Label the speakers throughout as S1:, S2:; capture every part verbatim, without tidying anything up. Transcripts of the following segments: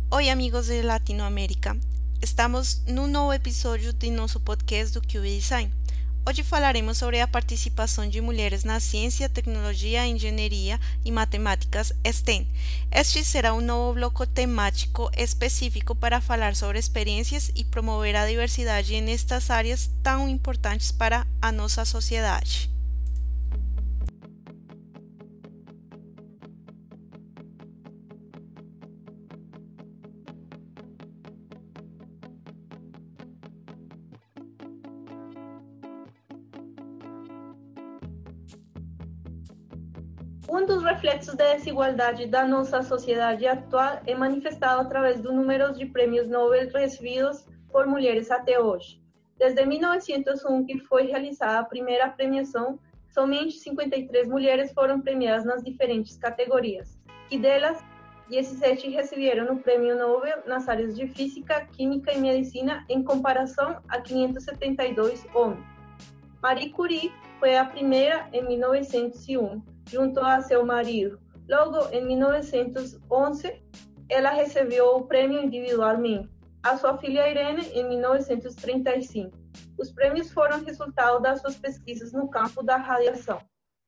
S1: Oi, amigos de Latinoamérica. Estamos num novo episódio de nosso podcast do Q I Design. Hoje falaremos sobre a participação de mulheres na ciência, tecnologia, engenharia e matemáticas S T E M. Este será um novo bloco temático específico para falar sobre experiências e promover a diversidade nestas áreas tão importantes para a nossa sociedade.
S2: Um dos reflexos da desigualdade da nossa sociedade atual é manifestado através do número de prêmios Nobel recebidos por mulheres até hoje. Desde mil novecentos e um, que foi realizada a primeira premiação, somente cinquenta e três mulheres foram premiadas nas diferentes categorias, e delas, dezessete receberam o prêmio Nobel nas áreas de física, química e medicina, em comparação a quinhentos e setenta e dois homens. Marie Curie foi a primeira em mil novecentos e um, junto a seu marido. Logo, em mil novecentos e onze, ela recebeu o prêmio individualmente. A sua filha Irene, em mil novecentos e trinta e cinco. Os prêmios foram resultado das suas pesquisas no campo da radiação.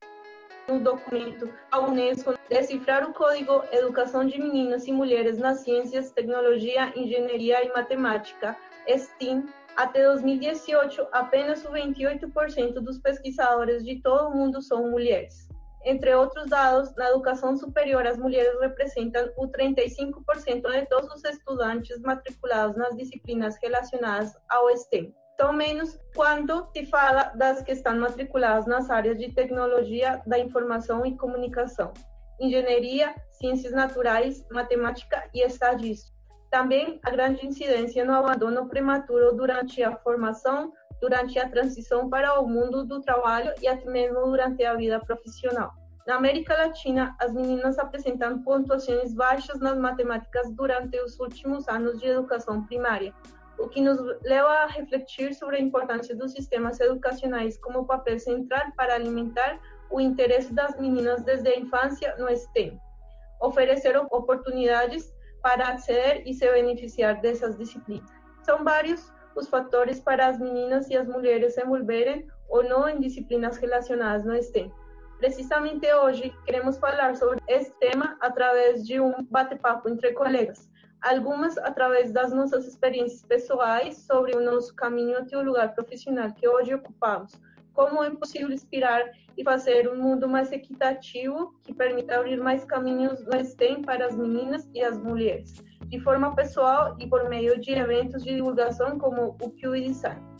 S2: No documento da Unesco, Decifrar o Código Educação de Meninas e Mulheres nas Ciências, Tecnologia, Engenharia e Matemática, S T E M, até dois mil e dezoito, apenas vinte e oito por cento dos pesquisadores de todo o mundo são mulheres. Entre outros dados, na educação superior, as mulheres representam o trinta e cinco por cento de todos os estudantes matriculados nas disciplinas relacionadas ao S T E M. Tão menos quando se fala das que estão matriculadas nas áreas de tecnologia da informação e comunicação, engenharia, ciências naturais, matemática e estatística. Também a grande incidência no abandono prematuro durante a formação, durante a transição para o mundo do trabalho e até mesmo durante a vida profissional. Na América Latina, as meninas apresentam pontuações baixas nas matemáticas durante os últimos anos de educação primária, o que nos leva a refletir sobre a importância dos sistemas educacionais como papel central para alimentar o interesse das meninas desde a infância no S T E M, oferecer oportunidades para aceder e se beneficiar dessas disciplinas. São vários os fatores para as meninas e as mulheres se envolverem ou não em disciplinas relacionadas no S T E M. Precisamente hoje, queremos falar sobre esse tema através de um bate-papo entre colegas, algumas através das nossas experiências pessoais sobre o nosso caminho até o lugar profissional que hoje ocupamos, como é possível inspirar e fazer um mundo mais equitativo que permita abrir mais caminhos no S T E M para as meninas e as mulheres, de forma pessoal e por meio de eventos de divulgação como o Q I Design.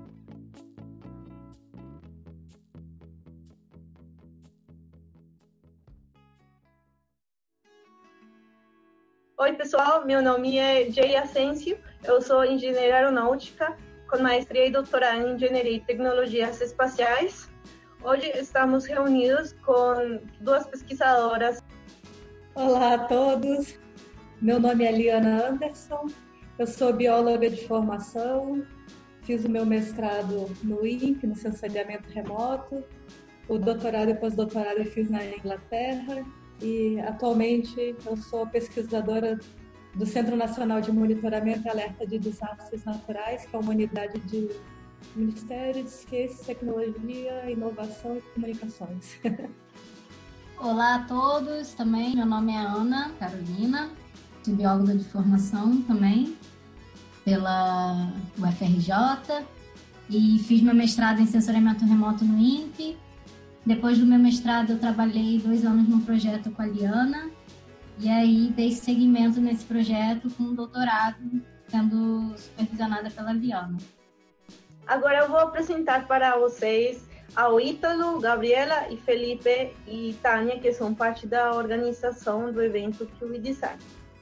S2: Oi, pessoal, meu nome é Jay Asensio, eu sou engenheira aeronáutica com maestria e doutorado em engenharia e tecnologias espaciais. Hoje estamos reunidos com duas pesquisadoras.
S3: Olá a todos, meu nome é Liana Anderson, eu sou bióloga de formação, fiz o meu mestrado no I N P, no Sensoriamento Remoto, o doutorado e pós-doutorado eu fiz na Inglaterra e atualmente eu sou pesquisadora do Centro Nacional de Monitoramento e Alerta de Desastres Naturais, que é uma unidade de Ministério de Ciência, Tecnologia, Inovação e Comunicações.
S4: Olá a todos, também meu nome é Ana Carolina, sou bióloga de formação também pela U F R J e fiz meu mestrado em sensoriamento remoto no I N P. Depois do meu mestrado eu trabalhei dois anos num projeto com a Liana e aí dei seguimento nesse projeto com um doutorado sendo supervisionada pela Liana.
S2: Agora eu vou apresentar para vocês ao Ítalo, Gabriela e Felipe e Tânia, que são parte da organização do evento Q I Design.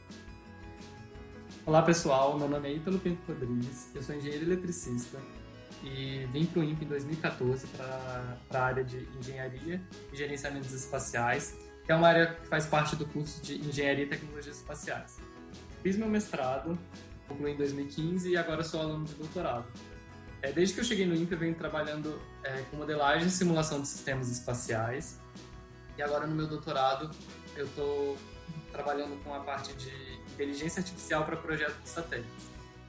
S5: Olá pessoal, meu nome é Ítalo Pinto Rodrigues, eu sou engenheiro eletricista e vim para o I N P em dois mil e catorze para a área de engenharia e gerenciamentos espaciais, que é uma área que faz parte do curso de engenharia e tecnologias espaciais. Fiz meu mestrado, concluí em dois mil e quinze e agora sou aluno de doutorado. É, desde que eu cheguei no I N P eu venho trabalhando é, com modelagem e simulação de sistemas espaciais e agora no meu doutorado eu estou trabalhando com a parte de inteligência artificial para projetos de satélites.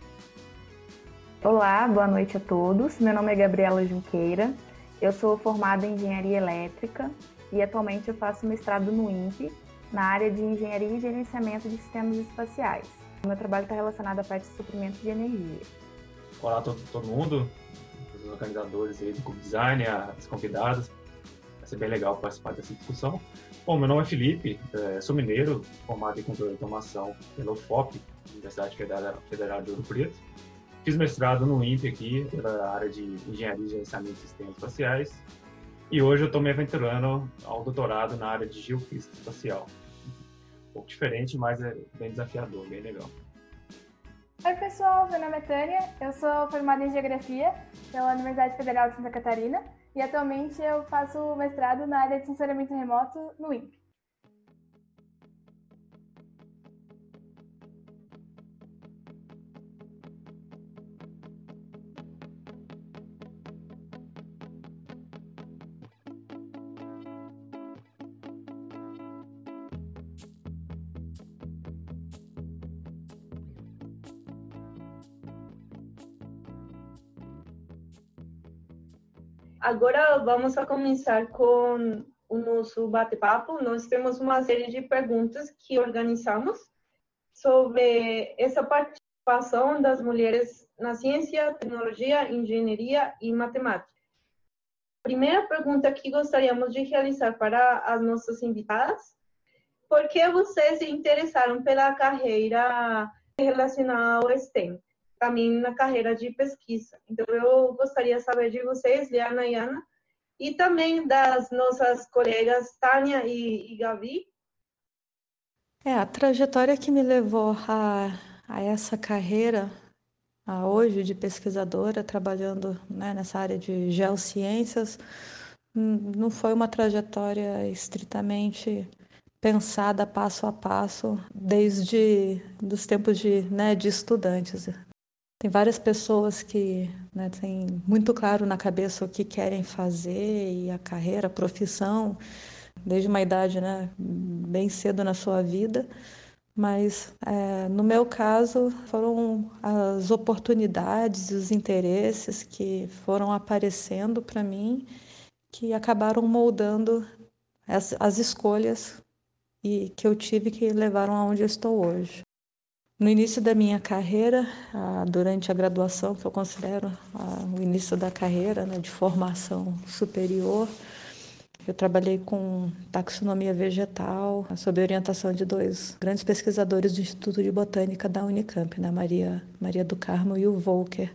S6: Olá, boa noite a todos. Meu nome é Gabriela Junqueira. Eu sou formada em Engenharia Elétrica e atualmente eu faço mestrado no INPE, na área de Engenharia e Gerenciamento de Sistemas Espaciais. O meu trabalho está relacionado à parte de suprimento de energia.
S7: Olá a todo, todo mundo, os organizadores aí do Cube Design, as convidadas. Vai ser bem legal participar dessa discussão. Bom, meu nome é Felipe, sou mineiro, formado em controle de automação pela U F O P, Universidade Federal de Ouro Preto. Fiz mestrado no INPE aqui, pela área de Engenharia e Gerenciamento de Sistemas Espaciais. E hoje eu estou me aventurando ao doutorado na área de Geofísica Espacial. Um pouco diferente, mas é bem desafiador, bem legal.
S8: Oi pessoal, meu nome é Tânia, eu sou formada em Geografia pela Universidade Federal de Santa Catarina e atualmente eu faço mestrado na área de sensoriamento remoto no INPE.
S2: Agora vamos a começar com o nosso bate-papo. Nós temos uma série de perguntas que organizamos sobre essa participação das mulheres na ciência, tecnologia, engenharia e matemática. Primeira pergunta que gostaríamos de realizar para as nossas invitadas: por que vocês se interessaram pela carreira relacionada ao STEM? Também na carreira de pesquisa. Então, eu gostaria de saber de vocês, Liana e Ana, e também das nossas colegas Tânia e, e Gabi.
S3: É, a trajetória que me levou a, a essa carreira, a hoje de pesquisadora, trabalhando, né, nessa área de geociências, não foi uma trajetória estritamente pensada passo a passo desde os tempos de, né, de estudantes. Tem várias pessoas que, né, têm muito claro na cabeça o que querem fazer e a carreira, a profissão, desde uma idade, né, bem cedo na sua vida. Mas, é, no meu caso, foram as oportunidades e os interesses que foram aparecendo para mim que acabaram moldando as, as escolhas e que eu tive que levaram aonde eu estou hoje. No início da minha carreira, durante a graduação, que eu considero o início da carreira, né, de formação superior, eu trabalhei com taxonomia vegetal, sob a orientação de dois grandes pesquisadores do Instituto de Botânica da Unicamp, né, Maria, Maria do Carmo e o Volker.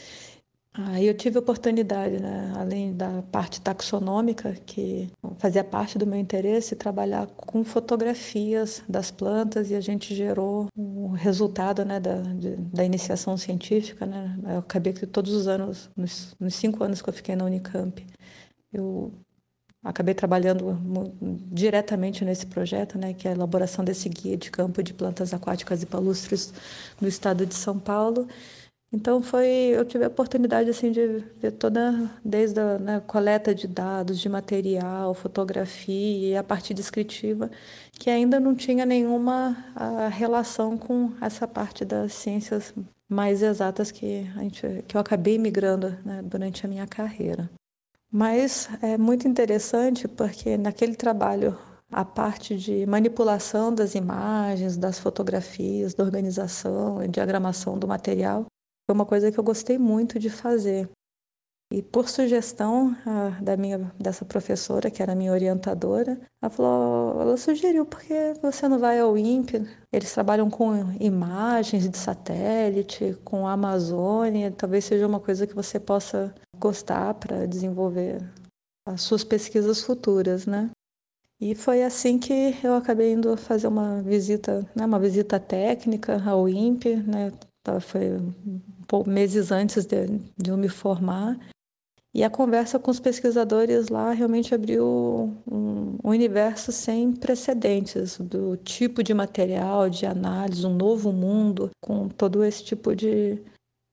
S3: Aí eu tive a oportunidade, né, além da parte taxonômica, que fazia parte do meu interesse, trabalhar com fotografias das plantas, e a gente gerou o resultado, né, da, de, da iniciação científica. Né? Eu acabei que todos os anos, nos, nos cinco anos que eu fiquei na Unicamp, eu acabei trabalhando diretamente nesse projeto, né, que é a elaboração desse guia de campo de plantas aquáticas e palustres no estado de São Paulo. Então foi, eu tive a oportunidade assim de ver toda, desde a, né, coleta de dados, de material, fotografia e a parte descritiva, que ainda não tinha nenhuma a, relação com essa parte das ciências mais exatas que, a gente, que eu acabei migrando, né, durante a minha carreira. Mas é muito interessante porque naquele trabalho, a parte de manipulação das imagens, das fotografias, da organização e diagramação do material, foi uma coisa que eu gostei muito de fazer. E por sugestão a, da minha, dessa professora, que era minha orientadora, ela falou, ela sugeriu, por que você não vai ao INPE? Eles trabalham com imagens de satélite, com a Amazônia, talvez seja uma coisa que você possa gostar para desenvolver as suas pesquisas futuras, né? E foi assim que eu acabei indo fazer uma visita, né, uma visita técnica ao INPE, né? Foi um pouco meses antes de, de eu me formar. E a conversa com os pesquisadores lá realmente abriu um, um universo sem precedentes do tipo de material, de análise, um novo mundo, com todo esse tipo de,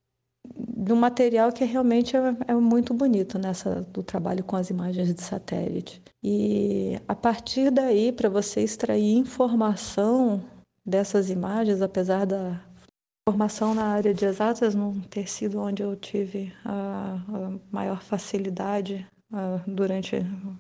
S9: de um material que realmente é, é muito bonito nessa do trabalho com as imagens de satélite. E a partir daí, para você extrair informação dessas imagens, apesar da formação na área de exatas não ter sido onde eu tive a, a maior facilidade a, durante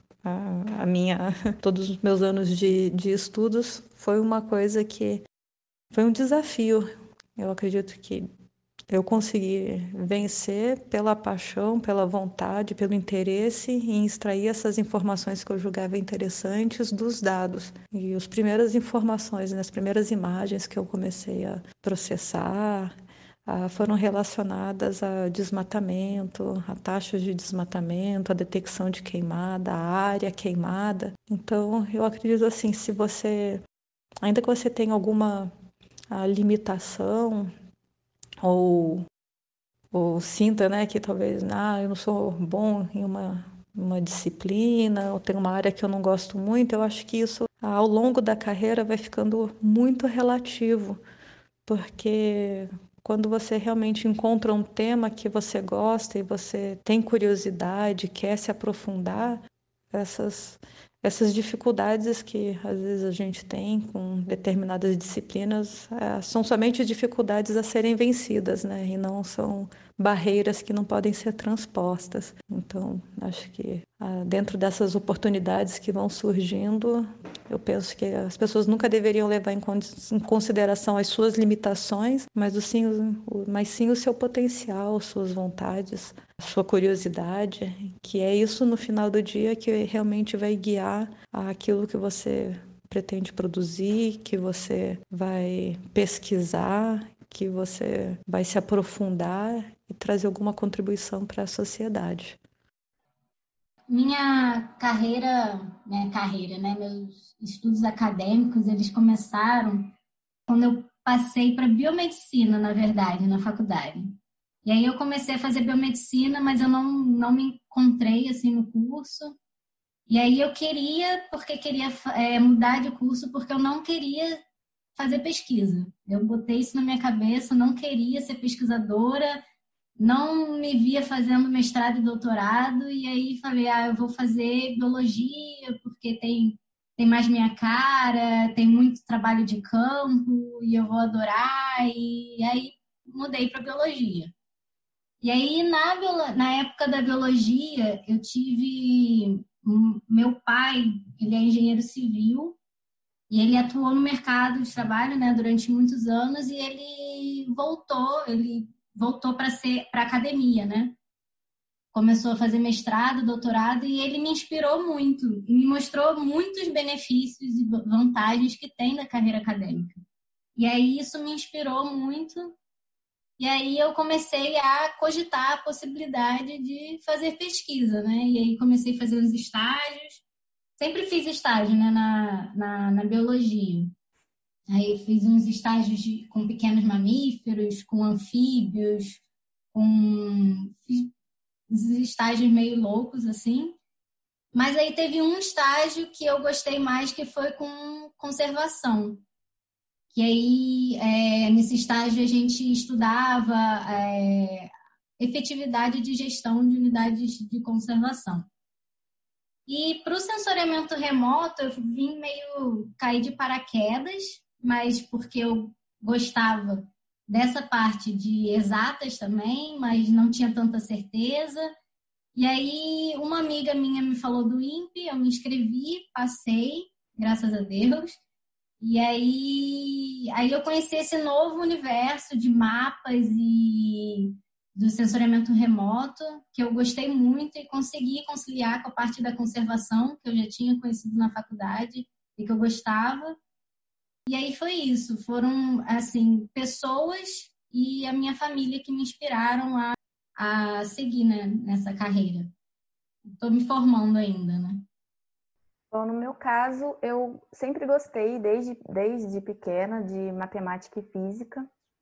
S9: a, a minha todos os meus anos de, de estudos, foi uma coisa que foi um desafio. Eu acredito que eu consegui vencer pela paixão, pela vontade, pelo interesse em extrair essas informações que eu julgava interessantes dos dados. E as primeiras informações, né, as primeiras imagens que eu comecei a processar ah, foram relacionadas a desmatamento, a taxas de desmatamento, a detecção de queimada, a área queimada. Então, eu acredito assim, se você, ainda que você tenha alguma a limitação ou, ou sinta, né, que talvez ah, eu não sou bom em uma, uma disciplina, ou tem uma área que eu não gosto muito, eu acho que isso ao longo da carreira vai ficando muito relativo, porque quando você realmente encontra um tema que você gosta e você tem curiosidade, quer se aprofundar, essas essas dificuldades que às vezes a gente tem com determinadas disciplinas é, são somente dificuldades a serem vencidas, né? E não são barreiras que não podem ser transpostas. Então, acho que ah, dentro dessas oportunidades que vão surgindo, eu penso que as pessoas nunca deveriam levar em, em consideração as suas limitações, mas, o sim, o, mas sim o seu potencial, suas vontades, a sua curiosidade, que é isso no final do dia que realmente vai guiar aquilo que você pretende produzir, que você vai pesquisar, que você vai se aprofundar e trazer alguma contribuição para a sociedade.
S4: Minha carreira, minha carreira, né, meus estudos acadêmicos, eles começaram quando eu passei para biomedicina, na verdade, na faculdade. E aí eu comecei a fazer biomedicina, mas eu não, não me encontrei assim no curso. E aí eu queria, porque queria é, mudar de curso, porque eu não queria fazer pesquisa. Eu botei isso na minha cabeça, não queria ser pesquisadora, não me via fazendo mestrado e doutorado, e aí falei, ah, eu vou fazer biologia, porque tem, tem mais minha cara, tem muito trabalho de campo, e eu vou adorar, e aí mudei para biologia. E aí, na, na época da biologia, eu tive... Meu pai, ele é engenheiro civil, e ele atuou no mercado de trabalho, né, durante muitos anos, e ele voltou, ele voltou para ser para academia, né? Começou a fazer mestrado, doutorado, e ele me inspirou muito, e me mostrou muitos benefícios e vantagens que tem da carreira acadêmica. E aí isso me inspirou muito, e aí eu comecei a cogitar a possibilidade de fazer pesquisa, né? E aí comecei a fazer uns estágios. Sempre fiz estágio, né, na, na, na biologia. Aí fiz uns estágios de, com pequenos mamíferos, com anfíbios, com fiz estágios meio loucos, assim. Mas aí teve um estágio que eu gostei mais, que foi com conservação. Que aí, é, nesse estágio, a gente estudava é, efetividade de gestão de unidades de conservação. E para o sensoriamento remoto, eu vim meio cair de paraquedas, mas porque eu gostava dessa parte de exatas também, mas não tinha tanta certeza. E aí, uma amiga minha me falou do INPE, eu me inscrevi, passei, graças a Deus. E aí, aí eu conheci esse novo universo de mapas e do sensoriamento remoto, que eu gostei muito e consegui conciliar com a parte da conservação, que eu já tinha conhecido na faculdade e que eu gostava. E aí foi isso, foram, assim, pessoas e a minha família que me inspiraram a, a seguir, né, nessa carreira. Estou me formando ainda, né?
S6: Bom, no meu caso, eu sempre gostei, desde, desde pequena, de matemática e física.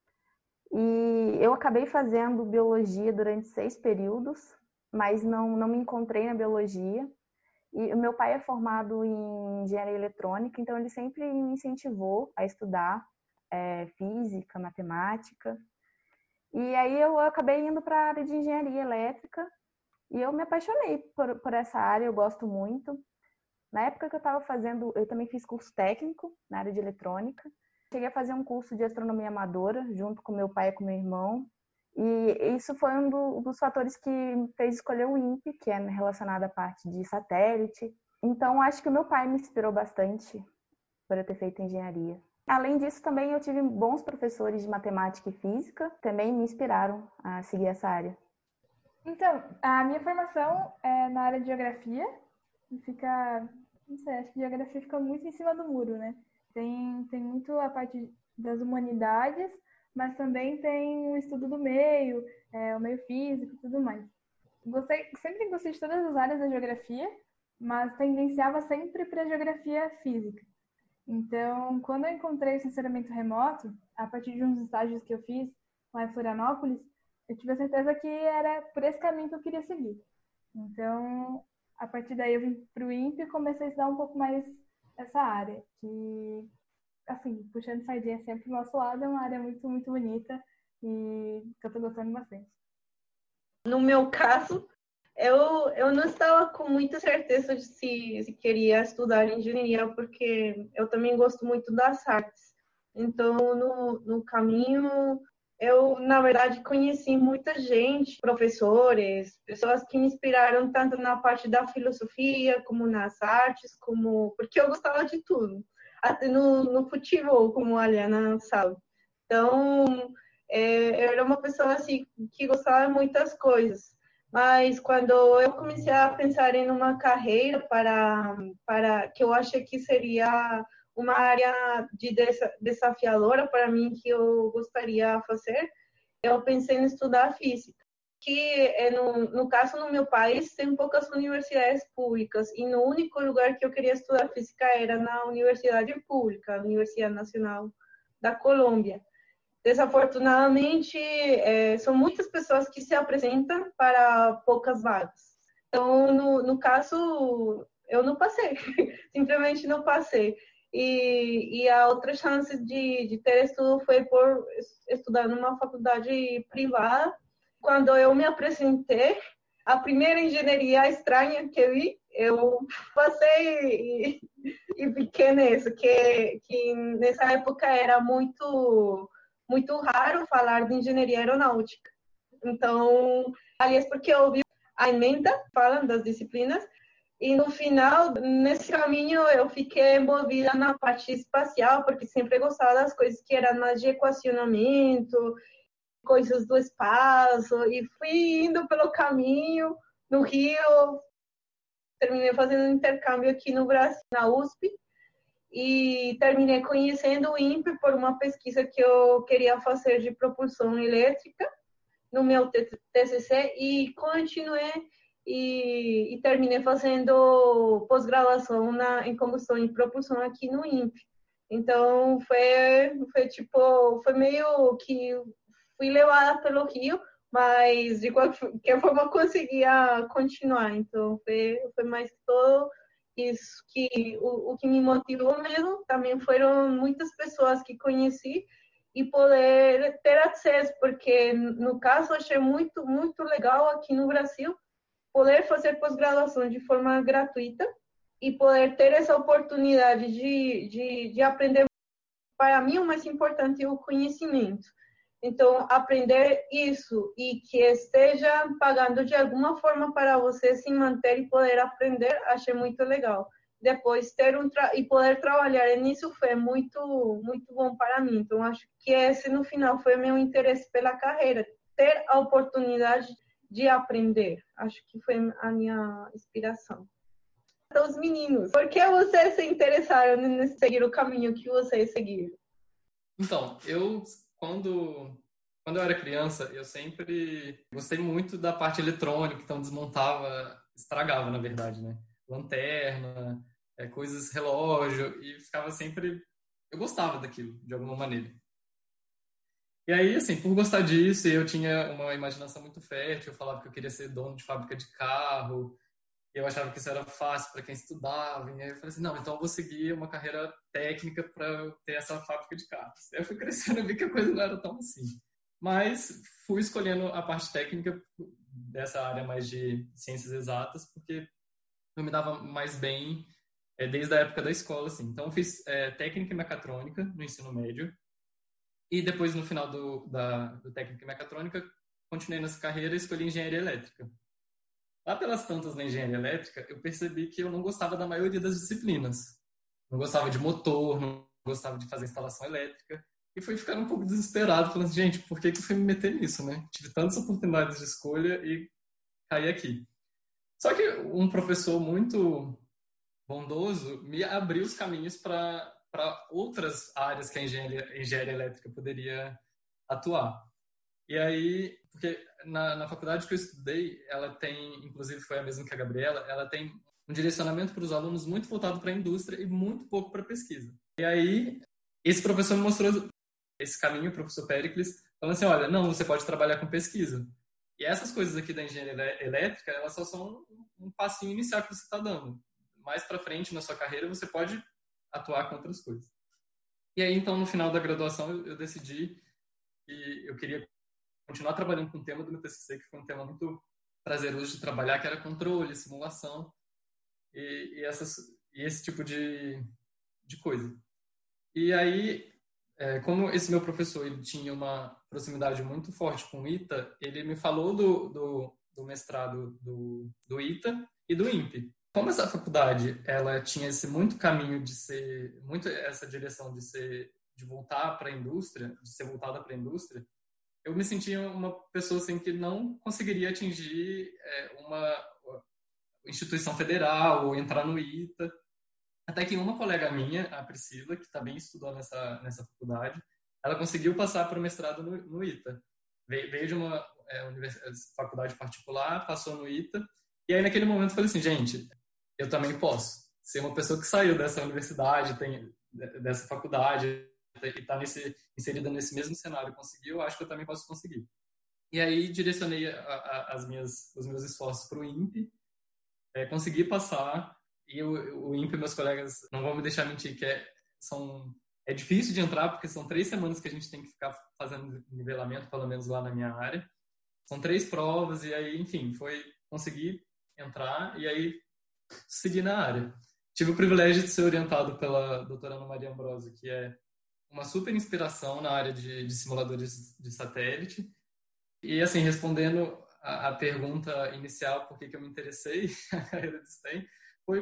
S6: E eu acabei fazendo biologia durante seis períodos, mas não, não me encontrei na biologia. E o meu pai é formado em engenharia eletrônica, então ele sempre me incentivou a estudar é, física, matemática. E aí eu acabei indo para a área de engenharia elétrica e eu me apaixonei por, por essa área, eu gosto muito. Na época que eu estava fazendo, eu também fiz curso técnico na área de eletrônica. Cheguei a fazer um curso de astronomia amadora junto com meu pai e com meu irmão. E isso foi um do, dos fatores que me fez escolher o INPE, que é relacionado à parte de satélite. Então, acho que o meu pai me inspirou bastante por eu ter feito engenharia. Além disso, também eu tive bons professores de matemática e física, também me inspiraram a seguir essa área.
S8: Então, a minha formação é na área de geografia. Fica, não sei, acho que geografia fica muito em cima do muro, né? Tem, tem muito a parte das humanidades, mas também tem o estudo do meio, é, o meio físico e tudo mais. Gostei, sempre gostei de todas as áreas da geografia, mas tendenciava sempre para a geografia física. Então, quando eu encontrei o sensoriamento remoto, a partir de uns estágios que eu fiz lá em Florianópolis, eu tive a certeza que era por esse caminho que eu queria seguir. Então, a partir daí eu vim para o INPE e comecei a estudar um pouco mais essa área, que, assim, puxando sardinha sempre do nosso lado, é uma área muito, muito bonita e que eu estou gostando bastante.
S2: No meu caso, eu, eu não estava com muita certeza de se, se queria estudar engenharia, porque eu também gosto muito das artes. Então, no, no caminho, eu, na verdade, conheci muita gente, professores, pessoas que me inspiraram tanto na parte da filosofia, como nas artes, como porque eu gostava de tudo. Até no, no futebol, como a Liana sabe. Então, é, eu era uma pessoa assim, que gostava de muitas coisas. Mas quando eu comecei a pensar em uma carreira para, para que eu achei que seria uma área de desafiadora para mim, que eu gostaria de fazer, eu pensei em estudar física. Que, no, no caso, no meu país, tem poucas universidades públicas, e no único lugar que eu queria estudar física era na Universidade Pública, a Universidade Nacional da Colômbia. Desafortunadamente, é, são muitas pessoas que se apresentam para poucas vagas. Então, no, no caso, eu não passei, simplesmente não passei. E, e a outra chance de, de ter estudo foi por estudar numa faculdade privada. Quando eu me apresentei, a primeira engenharia estranha que eu vi, eu passei e, e fiquei nisso, que, que nessa época era muito... muito raro falar de engenharia aeronáutica. Então, aliás, porque eu ouvi a emenda falando das disciplinas, e no final, nesse caminho, eu fiquei envolvida na parte espacial, porque sempre gostava das coisas que eram mais de equacionamento, coisas do espaço, e fui indo pelo caminho. No Rio, terminei fazendo um intercâmbio aqui no Brasil, na U S P, e terminei conhecendo o INPE por uma pesquisa que eu queria fazer de propulsão elétrica no meu T C C, e continuei e, e terminei fazendo pós-graduação na, em combustão e propulsão aqui no INPE. Então, foi, foi tipo, foi meio que fui levada pelo Rio, mas de qualquer forma conseguia continuar. Então, foi, foi mais que todo isso que o, o que me motivou mesmo. Também foram muitas pessoas que conheci e poder ter acesso, porque no caso achei muito muito legal aqui no Brasil poder fazer pós-graduação de forma gratuita e poder ter essa oportunidade de, de, de aprender. Para mim, o mais importante é o conhecimento. Então, aprender isso e que esteja pagando de alguma forma para você se manter e poder aprender, achei muito legal. Depois, ter um tra- e poder trabalhar nisso foi muito, muito bom para mim. Então, acho que esse, no final, foi meu interesse pela carreira. Ter a oportunidade de aprender. Acho que foi a minha inspiração. Então, os meninos, por que vocês se interessaram em seguir o caminho que vocês seguiram?
S5: Então, eu... Quando, quando eu era criança, eu sempre gostei muito da parte eletrônica, então desmontava, estragava, na verdade, né? Lanterna, é, coisas, relógio, e ficava sempre... Eu gostava daquilo, de alguma maneira. E aí, assim, por gostar disso, eu tinha uma imaginação muito fértil, eu falava que eu queria ser dono de fábrica de carro, eu achava que isso era fácil para quem estudava, e aí eu falei assim, não, então eu vou seguir uma carreira técnica para ter essa fábrica de carros. Aí eu fui crescendo e vi que a coisa não era tão assim. mas fui escolhendo a parte técnica dessa área mais de ciências exatas, porque eu me dava mais bem é, desde a época da escola, assim. Então, eu fiz é, técnica e mecatrônica no ensino médio, e depois, no final do, da, do técnica e mecatrônica, continuei nessa carreira e escolhi engenharia elétrica. Lá pelas tantas na engenharia elétrica, eu percebi que eu não gostava da maioria das disciplinas. Não gostava de motor, não gostava de fazer instalação elétrica. E fui ficando um pouco desesperado, falando assim, gente, por que que eu fui me meter nisso, né? Tive tantas oportunidades de escolha e caí aqui. Só que um professor muito bondoso me abriu os caminhos para para outras áreas que a engenharia, a engenharia elétrica poderia atuar. E aí, porque na, na faculdade que eu estudei, ela tem, inclusive foi a mesma que a Gabriela, ela tem um direcionamento para os alunos muito voltado para a indústria e muito pouco para a pesquisa. E aí, esse professor me mostrou esse caminho, o professor Péricles, falando assim, olha, não, você pode trabalhar com pesquisa. E essas coisas aqui da engenharia elétrica, elas só são um passinho inicial que você está dando. Mais para frente na sua carreira, você pode atuar com outras coisas. E aí, então, no final da graduação, eu, eu decidi que eu queria continuar trabalhando com o tema do meu T C C, que foi um tema muito prazeroso de trabalhar, que era controle, simulação e, e, essas, e esse tipo de, de coisa. E aí, é, como esse meu professor ele tinha uma proximidade muito forte com o I T A, ele me falou do, do, do mestrado do, do I T A e do I N P E. Como essa faculdade ela tinha esse muito caminho de ser, muito essa direção de ser, de voltar para a indústria, de ser voltada para a indústria, eu me sentia uma pessoa assim que não conseguiria atingir é, uma instituição federal ou entrar no I T A. Até que uma colega minha, a Priscila, que também estudou nessa nessa faculdade, ela conseguiu passar para o mestrado no, no I T A. Veio, veio de uma é, faculdade particular, passou no I T A, e aí naquele momento eu falei assim, gente, eu também posso ser uma pessoa que saiu dessa universidade, tem, dessa faculdade, e está nesse, inserida nesse mesmo cenário, conseguiu, eu acho que eu também posso conseguir. E aí direcionei a, a, as minhas, os meus esforços para o I N P E, é, consegui passar, e o, o I N P E, meus colegas, não vão me deixar mentir, que é, são, é difícil de entrar, porque são três semanas que a gente tem que ficar fazendo nivelamento, pelo menos lá na minha área. São três provas, e aí, enfim, foi conseguir entrar, e aí seguir na área. Tive o privilégio de ser orientado pela doutora Ana Maria Ambrosio, que é uma super inspiração na área de, de simuladores de satélite. E, assim, respondendo a, a pergunta inicial, por que, que eu me interessei na carreira de S T E M, foi,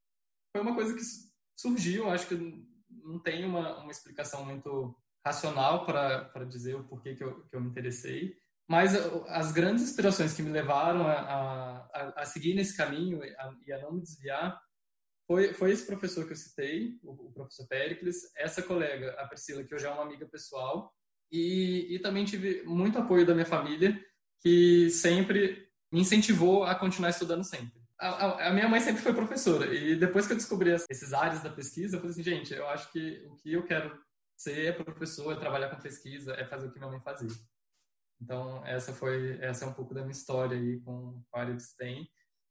S5: foi uma coisa que surgiu, acho que não tem uma, uma explicação muito racional para dizer o porquê que eu, que eu me interessei, mas as grandes inspirações que me levaram a, a, a seguir nesse caminho e a, e a não me desviar Foi, foi esse professor que eu citei, o, o professor Péricles, essa colega, a Priscila, que hoje é uma amiga pessoal, e, e também tive muito apoio da minha família, que sempre me incentivou a continuar estudando sempre. A, a, a minha mãe sempre foi professora, e depois que eu descobri esses áreas da pesquisa, eu falei assim, gente, eu acho que o que eu quero ser é professor, é trabalhar com pesquisa, é fazer o que minha mãe fazia. Então, essa, foi, essa é um pouco da minha história aí com a área de S T E M.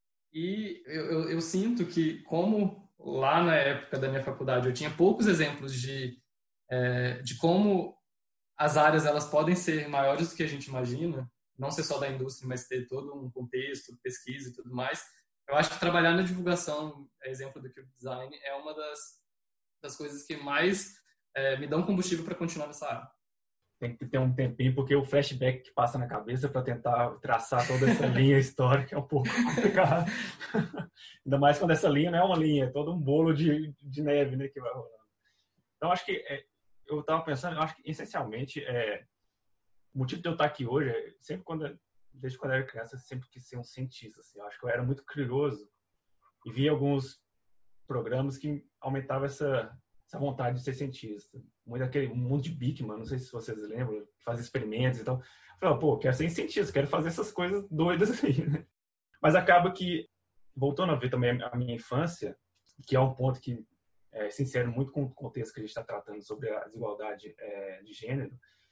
S5: E eu, eu, eu sinto que, como lá na época da minha faculdade eu tinha poucos exemplos de, é, de como as áreas elas podem ser maiores do que a gente imagina, não ser só da indústria, mas ter todo um contexto, pesquisa e tudo mais, eu acho que trabalhar na divulgação, exemplo do Cube Design, é uma das, das coisas que mais é, me dão combustível para continuar nessa área.
S7: Tem que ter um tempinho, porque o flashback que passa na cabeça para tentar traçar toda essa linha histórica é um pouco complicado. Ainda mais quando essa linha não é uma linha, é todo um bolo de, de neve, né, que vai rolando. Então, acho que é, eu estava pensando, eu acho que essencialmente é, o motivo de eu estar aqui hoje é sempre quando, desde quando eu era criança, eu sempre quis ser um cientista. Assim, eu acho que eu era muito curioso e via alguns programas que aumentavam essa essa vontade de ser cientista. Muito aquele mundo de Bickman, não sei se vocês lembram, fazer experimentos, então, eu falei, pô, quero ser cientista, quero fazer essas coisas doidas aí, né? Mas acaba que, voltando a ver também a minha infância, que é um ponto que é sincero muito com o contexto que a gente está tratando sobre a desigualdade é, de gênero,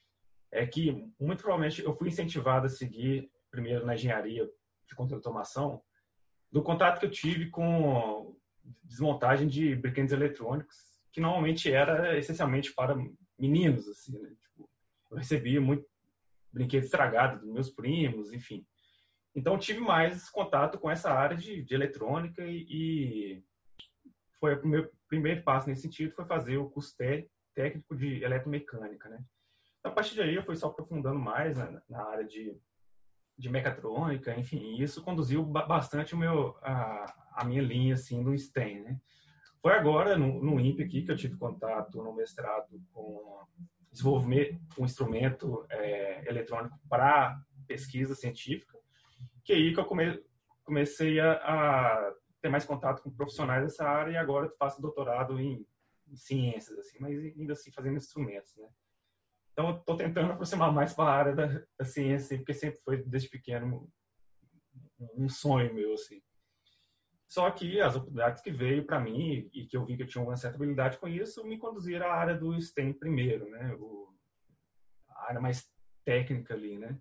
S7: é que, muito provavelmente, eu fui incentivado a seguir, primeiro, na engenharia de controle de automação, do contato que eu tive com desmontagem de brinquedos eletrônicos, que normalmente era essencialmente para meninos, assim, né? Tipo, eu recebia muito brinquedo estragado dos meus primos, enfim. Então, tive mais contato com essa área de, de eletrônica e, e foi o meu primeiro passo nesse sentido, foi fazer o curso técnico de eletromecânica, né? Então, a partir daí, eu fui só aprofundando mais na, na área de, de mecatrônica, enfim, e isso conduziu bastante o meu, a, a minha linha, assim, no S T E M, né? Foi agora, no, no I N P aqui, que eu tive contato no mestrado com desenvolver um instrumento é, eletrônico para pesquisa científica, que aí que eu come, comecei a, a ter mais contato com profissionais dessa área e agora eu faço doutorado em, em ciências, assim, mas ainda assim fazendo instrumentos, né? Então, eu estou tentando aproximar mais para a área da, da ciência, porque sempre foi, desde pequeno, um, um sonho meu, assim. Só que as oportunidades que veio para mim e que eu vi que eu tinha uma certa habilidade com isso, me conduziram à área do S T E M primeiro, né? O, a área mais técnica ali, né?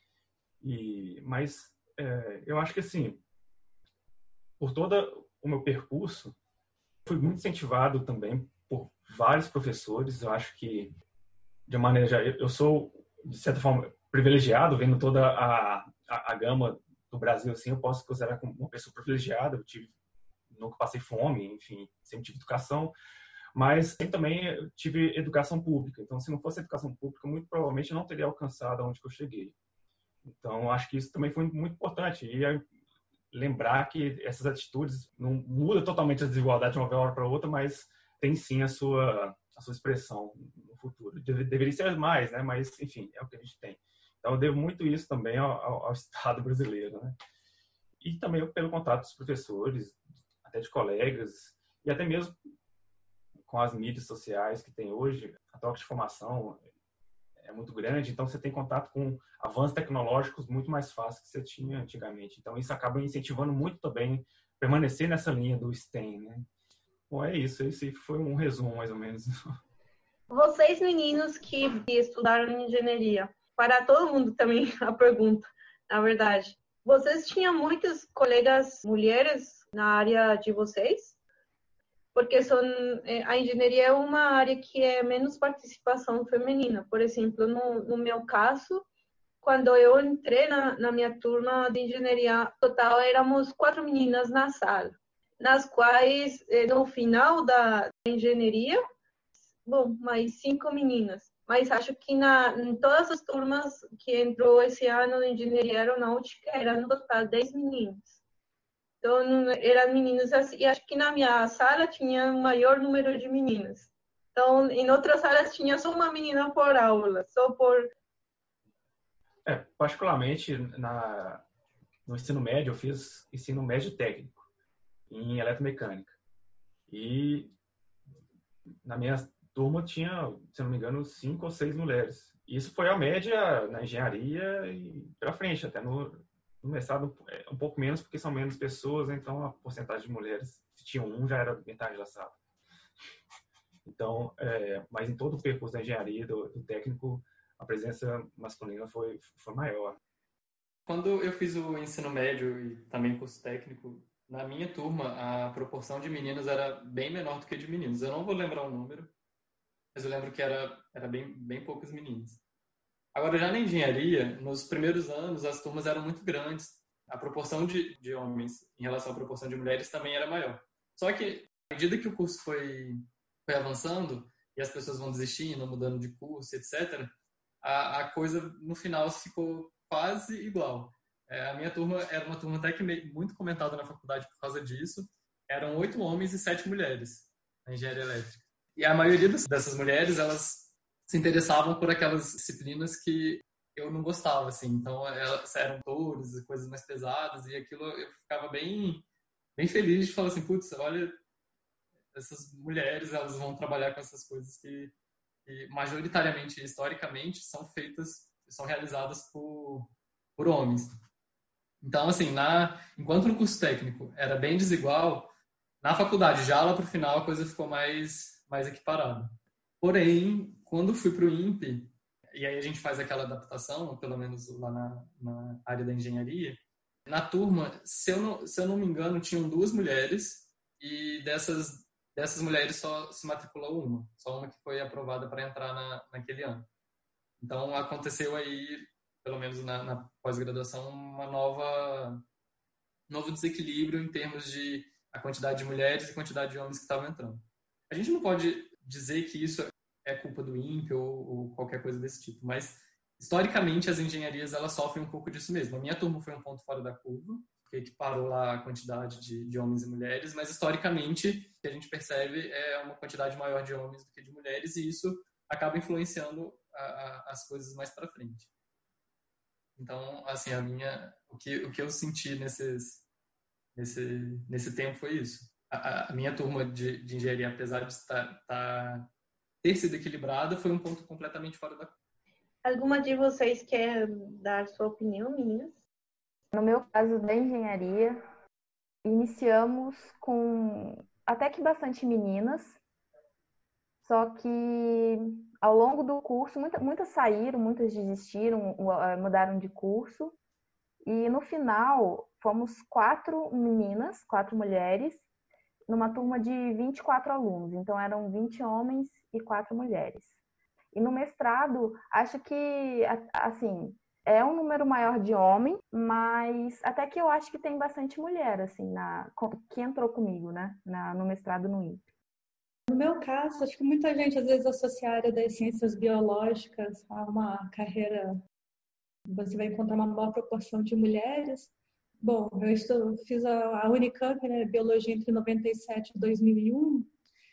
S7: E, mas é, eu acho que, assim, por todo o meu percurso, fui muito incentivado também por vários professores. Eu acho que, de uma maneira já, eu sou, de certa forma, privilegiado, vendo toda a, a, a gama do Brasil, assim, eu posso considerar como uma pessoa privilegiada. Eu tive, nunca passei fome, enfim, sempre tive educação, mas sempre também tive educação pública. Então, se não fosse educação pública, muito provavelmente eu não teria alcançado aonde que eu cheguei. Então, acho que isso também foi muito importante. E lembrar que essas atitudes não mudam totalmente a desigualdade de uma hora para outra, mas tem sim a sua, a sua expressão no futuro. Deve, deveria ser mais, né? Mas, enfim, é o que a gente tem. Então, eu devo muito isso também ao, ao, ao Estado brasileiro, né? E também pelo contato dos professores, até de colegas, e até mesmo com as mídias sociais que tem hoje. A troca de informação é muito grande, então você tem contato com avanços tecnológicos muito mais fáceis que você tinha antigamente. Então, isso acaba incentivando muito também permanecer nessa linha do S T E M, né? Bom, é isso. Esse foi um resumo, mais ou menos.
S2: Vocês, meninos que estudaram engenharia, para todo mundo também a pergunta, na verdade. Vocês tinham muitas colegas mulheres na área de vocês? Porque são, a engenharia é uma área que é menos participação feminina. Por exemplo, no, no meu caso, quando eu entrei na, na minha turma de engenharia total, éramos quatro meninas na sala, nas quais, no final da engenharia, bom, mais cinco meninas. Mas acho que na, em todas as turmas que entrou esse ano de engenharia aeronáutica, eram no total dez meninos. Então, eram meninas assim, e acho que na minha sala tinha um maior número de meninas. Então, em outras salas tinha só uma menina por aula, só por...
S7: É, particularmente na, no ensino médio, eu fiz ensino médio técnico em eletromecânica. E na minha turma tinha, se não me engano, cinco ou seis mulheres. Isso foi a média na engenharia e para frente, até no, no mestrado um pouco menos, porque são menos pessoas, então a porcentagem de mulheres, se tinha um, já era metade da sala. Então, é, mas em todo o percurso da engenharia, do, do técnico, a presença masculina foi, foi maior.
S5: Quando eu fiz o ensino médio e também curso técnico, na minha turma, a proporção de meninos era bem menor do que de meninos. Eu não vou lembrar o número, mas eu lembro que era, era bem, bem poucos meninos. Agora, já na engenharia, nos primeiros anos, as turmas eram muito grandes. A proporção de, de homens em relação à proporção de mulheres também era maior. Só que, à medida que o curso foi, foi avançando e as pessoas vão desistindo, mudando de curso, etcétera, a, a coisa, no final, ficou quase igual. É, a minha turma era uma turma até que muito comentada na faculdade por causa disso. Eram oito homens e sete mulheres na engenharia elétrica. E a maioria dessas mulheres, elas se interessavam por aquelas disciplinas que eu não gostava, assim. Então, elas eram motores e coisas mais pesadas, e aquilo eu ficava bem, bem feliz de falar assim, putz, olha, essas mulheres, elas vão trabalhar com essas coisas que, que majoritariamente, historicamente, são feitas, são realizadas por, por homens. Então, assim, na, enquanto no curso técnico era bem desigual, na faculdade, já lá para o final, a coisa ficou mais, mais equiparada. Porém, quando fui para o I N P, e aí a gente faz aquela adaptação, pelo menos lá na, na área da engenharia, na turma, se eu, não, se eu não me engano, tinham duas mulheres, e dessas, dessas mulheres só se matriculou uma, só uma que foi aprovada para entrar na, naquele ano. Então, aconteceu aí pelo menos na, na pós-graduação, uma nova novo desequilíbrio em termos de a quantidade de mulheres e a quantidade de homens que estavam entrando. A gente não pode dizer que isso é culpa do INPE ou, ou qualquer coisa desse tipo, mas historicamente as engenharias elas sofrem um pouco disso mesmo. A minha turma foi um ponto fora da curva, porque equiparou lá a quantidade de, de homens e mulheres, mas historicamente o que a gente percebe é uma quantidade maior de homens do que de mulheres, e isso acaba influenciando a, a, as coisas mais para frente. Então, assim, a minha, o que, o que eu senti nesses, nesse, nesse tempo foi isso. A, a minha turma de, de engenharia, apesar de estar, estar, ter sido equilibrada, foi um ponto completamente fora da curva.
S2: Alguma de vocês quer dar sua opinião, meninas?
S6: No meu caso da engenharia, iniciamos com até que bastante meninas, só que ao longo do curso, muita, muitas saíram, muitas desistiram, mudaram de curso, e no final fomos quatro meninas, quatro mulheres, numa turma de vinte e quatro alunos, então eram vinte homens e quatro mulheres. E no mestrado, acho que, assim, é um número maior de homem, mas até que eu acho que tem bastante mulher, assim, na, que entrou comigo, né, na, no mestrado no INPE.
S3: No meu caso, acho que muita gente às vezes associa a área das ciências biológicas a uma carreira, você vai encontrar uma maior proporção de mulheres. Bom, eu estou, fiz a, a Unicamp, né, Biologia entre noventa e sete e dois mil e um,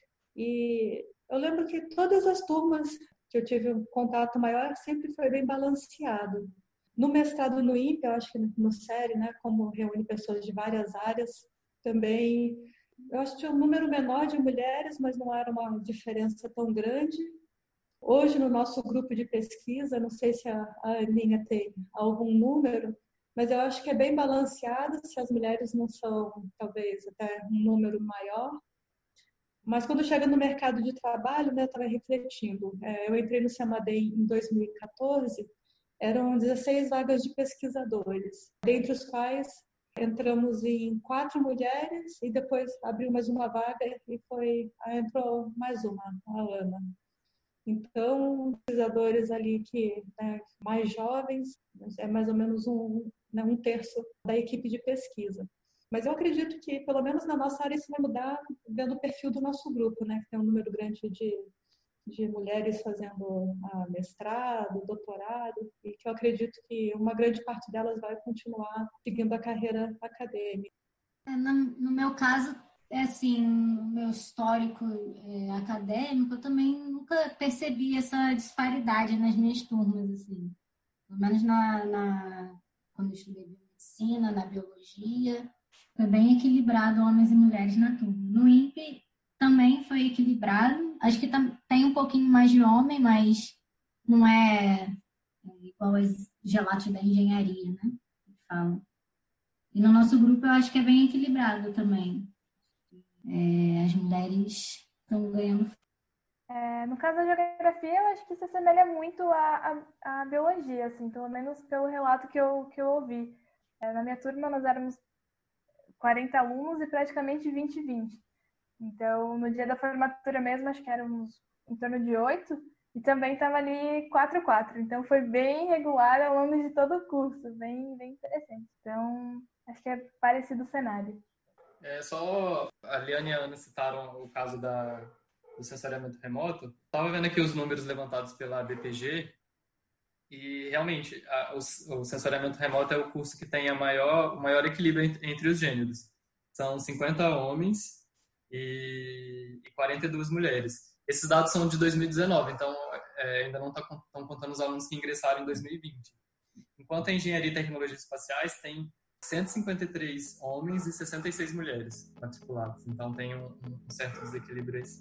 S3: e eu lembro que todas as turmas que eu tive um contato maior sempre foi bem balanceado. No mestrado no INPE, eu acho que no SERI, né, como reúne pessoas de várias áreas, também eu acho que tinha um número menor de mulheres, mas não era uma diferença tão grande. Hoje, no nosso grupo de pesquisa, não sei se a, a Aninha tem algum número, mas eu acho que é bem balanceado, se as mulheres não são, talvez, até um número maior. Mas quando chega no mercado de trabalho, né, eu estava refletindo. É, eu entrei no CEMADEM em dois mil e quatorze, eram dezesseis vagas de pesquisadores, dentre os quais entramos em quatro mulheres e depois abriu mais uma vaga e foi, entrou mais uma, a Ana. Então, pesquisadores ali que, né, mais jovens, é mais ou menos um, né, um terço da equipe de pesquisa. Mas eu acredito que, pelo menos na nossa área, isso vai mudar vendo o perfil do nosso grupo, né? Que tem um número grande de, de mulheres fazendo ah, mestrado, doutorado, e que eu acredito que uma grande parte delas vai continuar seguindo a carreira acadêmica.
S4: É, no, no meu caso, é assim, no meu histórico é, acadêmico, eu também nunca percebi essa disparidade nas minhas turmas, assim. Pelo menos na, na, quando eu estudei biomedicina, na biologia, foi bem equilibrado homens e mulheres na turma. No INPE também foi equilibrado. Acho que tem um pouquinho mais de homem, mas não é igual as gelatos da engenharia, né? Falam. E no nosso grupo eu acho que é bem equilibrado também. É, as mulheres estão ganhando.
S8: É, no caso da geografia, eu acho que se assemelha muito à, à, à biologia, assim, pelo menos pelo relato que eu, que eu ouvi. É, na minha turma nós éramos quarenta alunos e praticamente vinte e vinte. Então, no dia da formatura mesmo, acho que éramos em torno de oito, e também estava ali quatro a quatro. Então, foi bem regular ao longo de todo o curso, bem, bem interessante. Então, acho que é parecido o cenário.
S5: É só a Liane e a Ana citaram o caso da, do sensoriamento remoto. Estava vendo aqui os números levantados pela B T G, e realmente a, o, o sensoriamento remoto é o curso que tem a maior, o maior equilíbrio entre, entre os gêneros. São cinquenta homens e, e quarenta e duas mulheres. Esses dados são de dois mil e dezenove, então é, ainda não estão contando os alunos que ingressaram em dois mil e vinte. Enquanto a engenharia e tecnologias espaciais tem cento e cinquenta e três homens e sessenta e seis mulheres matriculados. Então tem um, um certo desequilíbrio aí.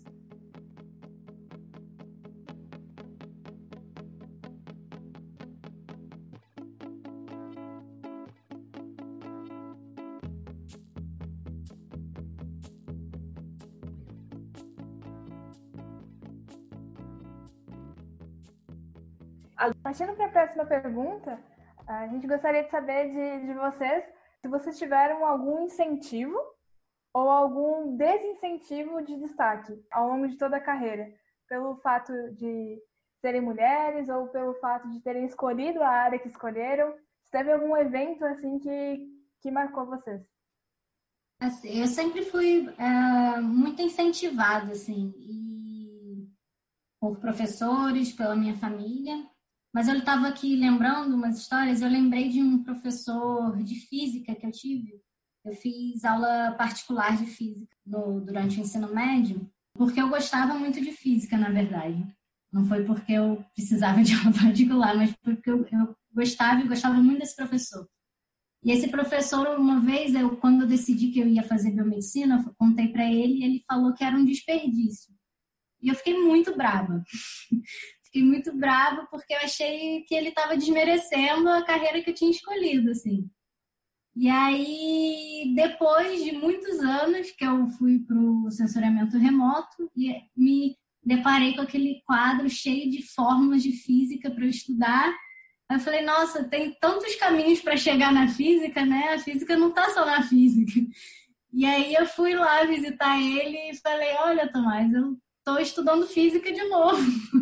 S8: Partindo para a próxima pergunta, a gente gostaria de saber de, de vocês se vocês tiveram algum incentivo ou algum desincentivo de destaque ao longo de toda a carreira, pelo fato de serem mulheres ou pelo fato de terem escolhido a área que escolheram? Teve algum evento assim que, que marcou vocês?
S4: Assim, eu sempre fui é, muito incentivada, assim, e por professores, pela minha família. Mas eu estava aqui lembrando umas histórias, eu lembrei de um professor de física que eu tive. Eu fiz aula particular de física no, durante o ensino médio, porque eu gostava muito de física, na verdade. Não foi porque eu precisava de aula particular, mas porque eu, eu gostava e gostava muito desse professor. E esse professor, uma vez, eu, quando eu decidi que eu ia fazer biomedicina, eu contei para ele e ele falou que era um desperdício. E eu fiquei muito brava. Fiquei muito brava porque eu achei que ele estava desmerecendo a carreira que eu tinha escolhido, assim. E aí, depois de muitos anos que eu fui para o sensoriamento remoto e me deparei com aquele quadro cheio de fórmulas de física para eu estudar. Aí eu falei, nossa, tem tantos caminhos para chegar na física, né? A física não está só na física. E aí eu fui lá visitar ele e falei, olha, Tomás, eu estou estudando física de novo.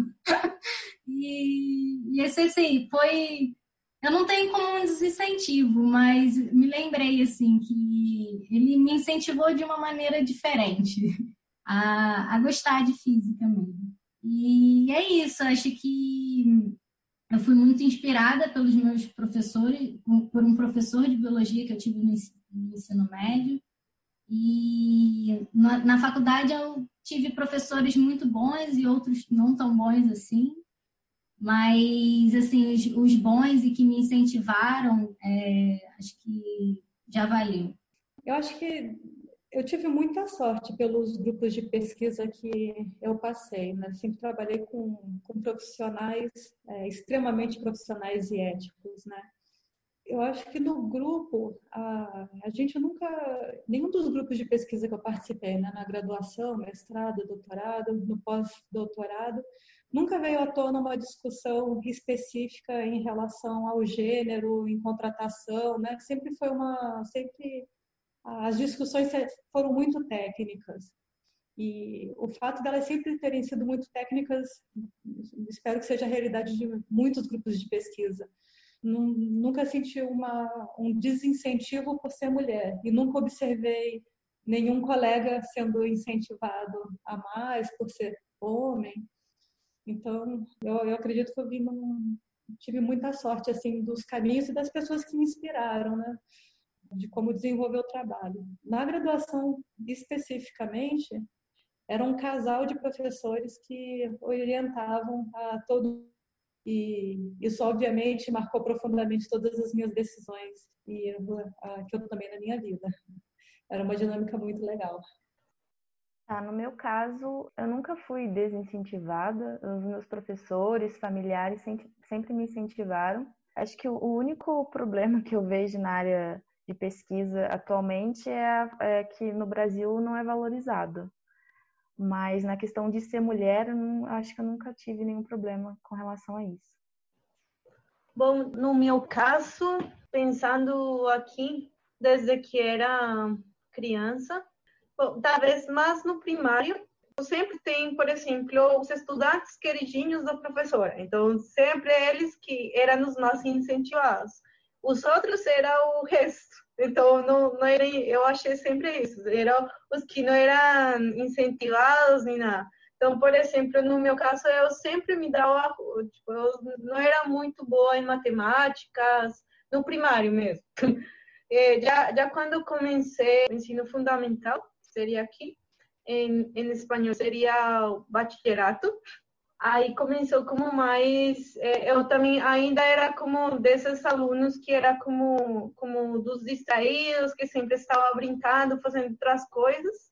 S4: e, e esse, assim, foi... Eu não tenho como um desincentivo, mas me lembrei, assim, que ele me incentivou de uma maneira diferente a, a gostar de física mesmo. E é isso, acho que eu fui muito inspirada pelos meus professores, por um professor de biologia que eu tive no ensino médio. E na, na faculdade eu tive professores muito bons e outros não tão bons assim. Mas, assim, os, os bons e que me incentivaram, é, acho que já valeu.
S3: Eu acho que eu tive muita sorte pelos grupos de pesquisa que eu passei, né? Sempre trabalhei com, com profissionais é, extremamente profissionais e éticos, né? Eu acho que no grupo, a, a gente nunca... Nenhum dos grupos de pesquisa que eu participei, né? Na graduação, mestrado, doutorado, no pós-doutorado, nunca veio à tona uma discussão específica em relação ao gênero, em contratação, né? Sempre foi uma... Sempre, as discussões foram muito técnicas. E o fato delas sempre terem sido muito técnicas, espero que seja a realidade de muitos grupos de pesquisa. Nunca senti uma, um desincentivo por ser mulher. E nunca observei nenhum colega sendo incentivado a mais por ser homem. Então, eu, eu acredito que eu vi num, tive muita sorte assim dos caminhos e das pessoas que me inspiraram, né, de como desenvolver o trabalho. Na graduação, especificamente, era um casal de professores que orientavam a todo e isso obviamente marcou profundamente todas as minhas decisões e a, que eu tomei na minha vida. Era uma dinâmica muito legal.
S6: Tá, no meu caso, eu nunca fui desincentivada. Os meus professores, familiares sempre me incentivaram. Acho que o único problema que eu vejo na área de pesquisa atualmente é, é que no Brasil não é valorizado. Mas na questão de ser mulher, eu não, acho que eu nunca tive nenhum problema com relação a isso.
S2: Bom, no meu caso, pensando aqui, desde que era criança, bom, talvez mais no primário, sempre tem, por exemplo, os estudantes queridinhos da professora. Então, sempre eles que eram os mais incentivados. Os outros eram o resto. Então, não, não era, eu achei sempre isso. Eram os que não eram incentivados nem nada. Então, por exemplo, no meu caso, eu sempre me dava... Tipo, eu não era muito boa em matemáticas, no primário mesmo. Já, já quando comecei o ensino fundamental, seria aqui, em, em espanhol seria o bachillerato, aí começou como mais, eu também ainda era como desses alunos que era como, como dos distraídos, que sempre estava brincando, fazendo outras coisas.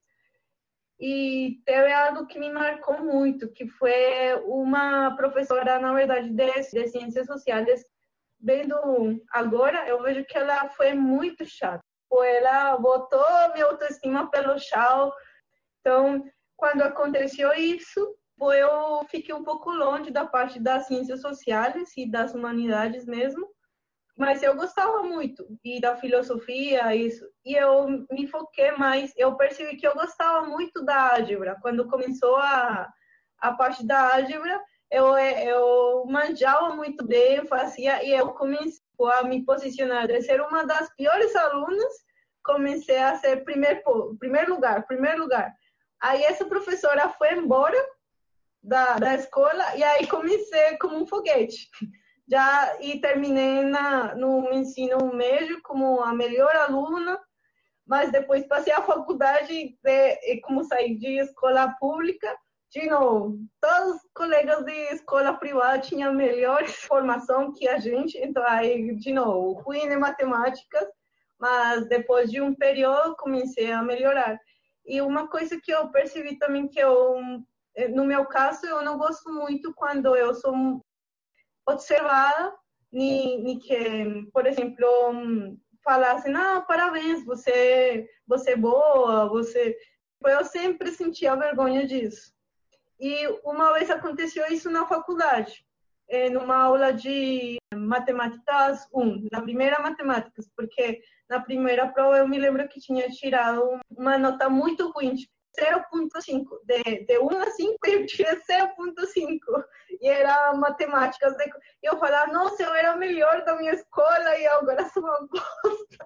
S2: E teve algo que me marcou muito, que foi uma professora, na verdade, de, de ciências sociais. Vendo agora, eu vejo que ela foi muito chata. Ela botou minha autoestima pelo chão. Então, quando aconteceu isso, eu fiquei um pouco longe da parte das ciências sociais e das humanidades mesmo, mas eu gostava muito, e da filosofia, isso, e eu me foquei mais, eu percebi que eu gostava muito da álgebra. Quando começou a, a parte da álgebra, eu, eu manjava muito bem, fazia, e eu comecei a me posicionar de ser uma das piores alunas, comecei a ser primeiro, primeiro lugar, primeiro lugar. Aí essa professora foi embora da, da escola e aí comecei como um foguete. Já, e terminei na, no ensino médio como a melhor aluna, mas depois passei a faculdade de, como saí de escola pública, de novo, todos os colegas de escola privada tinham melhor formação que a gente, então aí, de novo, fui em matemáticas, mas depois de um período comecei a melhorar. E uma coisa que eu percebi também que eu, no meu caso, eu não gosto muito quando eu sou observada, nem, nem que, por exemplo, falassem, ah, parabéns, você, você é boa, você... Eu sempre sentia vergonha disso. E uma vez aconteceu isso na faculdade, numa aula de matemáticas um, na primeira matemáticas, porque na primeira prova eu me lembro que tinha tirado uma nota muito ruim, zero ponto cinco, de, de um a cinco eu tirei zero ponto cinco, e era matemáticas, de, e eu falava, nossa, eu era a melhor da minha escola e agora sou uma bosta.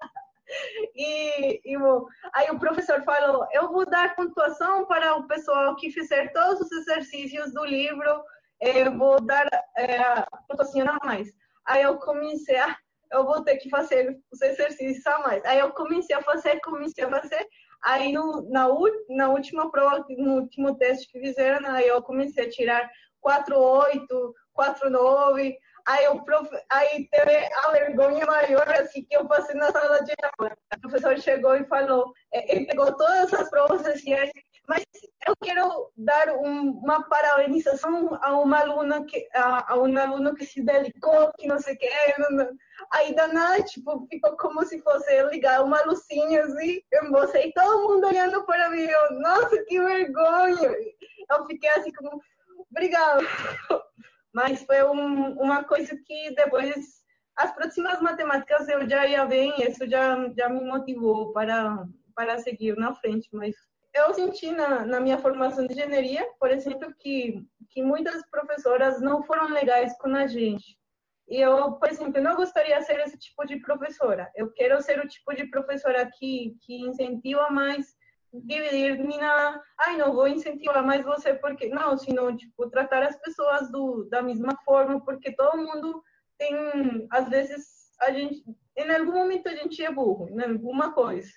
S2: E, e bom, aí o professor falou, eu vou dar pontuação para o pessoal que fizer todos os exercícios do livro, eu vou dar é, pontuação a mais. Aí eu comecei a, eu vou ter que fazer os exercícios a mais. Aí eu comecei a fazer, comecei a fazer, aí no, na, na última prova, no último teste que fizeram, aí eu comecei a tirar quatro oito, quatro nove. Aí, o prof... Aí teve a vergonha maior assim, que eu passei na sala de aula. O professor chegou e falou, ele pegou todas as provas assim, mas eu quero dar um, uma parabenização a uma aluna que a, a um aluno que se dedicou, que não sei o que. Aí danada, tipo, ficou como se fosse ligar uma luzinha assim em você e todo mundo olhando para mim. Eu, nossa, que vergonha! Eu fiquei assim como, obrigada. Mas foi um, uma coisa que depois, as próximas matemáticas eu já ia bem, isso já, já me motivou para, para seguir na frente. Mas eu senti na, na minha formação de engenharia, por exemplo, que, que muitas professoras não foram legais com a gente. E eu, por exemplo, não gostaria de ser esse tipo de professora. Eu quero ser o tipo de professora que, que incentiva mais dividir na, ai, não vou incentivar mais você porque não, senão tipo tratar as pessoas do, da mesma forma, porque todo mundo tem, às vezes a gente, em algum momento a gente é burro em alguma coisa.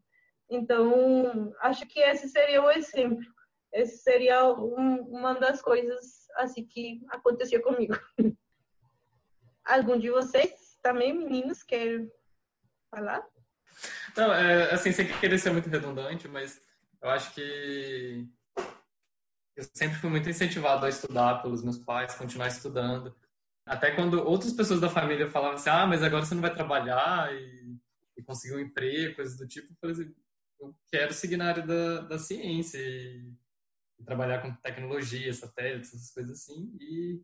S2: Então acho que esse seria o exemplo, esse seria um, uma das coisas assim que aconteceu comigo. Algum de vocês também, meninos, quer falar?
S5: Não, é, assim, sem querer ser muito redundante, mas eu acho que eu sempre fui muito incentivado a estudar pelos meus pais, continuar estudando. Até quando outras pessoas da família falavam assim, ah, mas agora você não vai trabalhar e, e conseguir um emprego, coisas do tipo, eu falei assim, eu quero seguir na área da, da ciência e, e trabalhar com tecnologia, satélites, essas coisas assim. E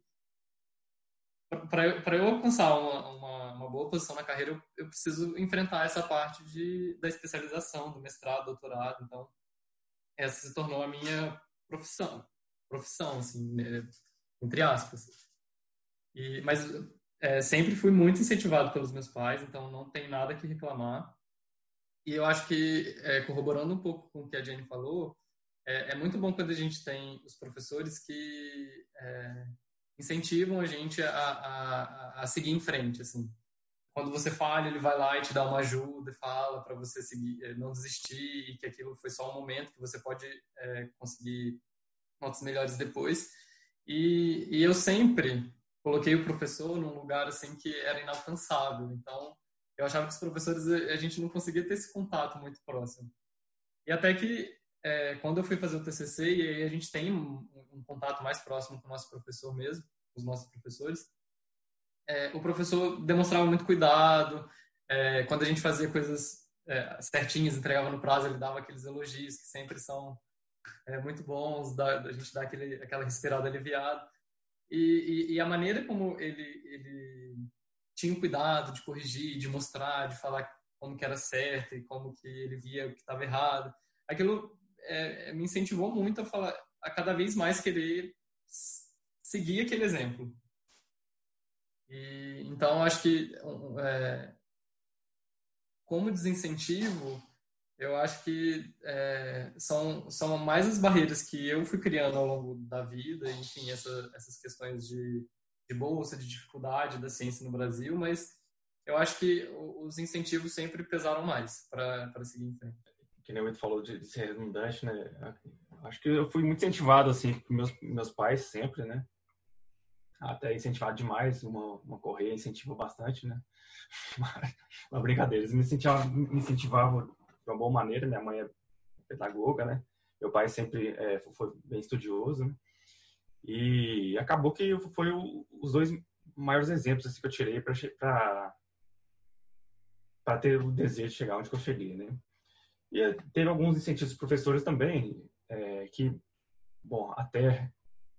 S5: para eu, para eu alcançar uma, uma, uma boa posição na carreira, eu, eu preciso enfrentar essa parte de, da especialização, do mestrado, doutorado. Então, essa se tornou a minha profissão, profissão, assim, né, entre aspas. E, mas é, sempre fui muito incentivado pelos meus pais, então não tem nada que reclamar. E eu acho que, é, corroborando um pouco com o que a Jenny falou, é, é muito bom quando a gente tem os professores que é, incentivam a gente a, a, a seguir em frente, assim. Quando você falha, ele vai lá e te dá uma ajuda, fala para você seguir, não desistir, e que aquilo foi só um momento, que você pode é, conseguir notas melhores depois. E, e eu sempre coloquei o professor num lugar assim que era inalcançável. Então, eu achava que os professores, a gente não conseguia ter esse contato muito próximo. E até que, é, quando eu fui fazer o T C C, e aí a gente tem um, um contato mais próximo com o nosso professor mesmo, os nossos professores, é, o professor demonstrava muito cuidado. É, quando a gente fazia coisas é, certinhas, entregava no prazo, ele dava aqueles elogios que sempre são é, muito bons, da, a gente dá aquele, aquela respirada aliviada. E, e, e a maneira como ele, ele tinha o cuidado de corrigir, de mostrar, de falar como que era certo e como que ele via o que estava errado, aquilo é, me incentivou muito a falar, a cada vez mais querer seguir aquele exemplo. E, então, acho que é, como desincentivo, eu acho que é, são, são mais as barreiras que eu fui criando ao longo da vida, enfim, essa, essas questões de, de bolsa, de dificuldade da ciência no Brasil, mas eu acho que os incentivos sempre pesaram mais para seguir em frente.
S7: Que nem o Ito falou de, de ser redundante, né? Acho que eu fui muito incentivado, assim, por meus, meus pais sempre, né? Até incentivado demais, uma, uma correia incentiva bastante, né? Uma brincadeira, eles me incentivavam, me incentivavam de uma boa maneira. Minha mãe é pedagoga, né? Meu pai sempre é, foi bem estudioso, né? E acabou que foi o, os dois maiores exemplos assim, que eu tirei para para ter o desejo de chegar onde eu cheguei, né? E teve alguns incentivos dos professores também, é, que, bom, até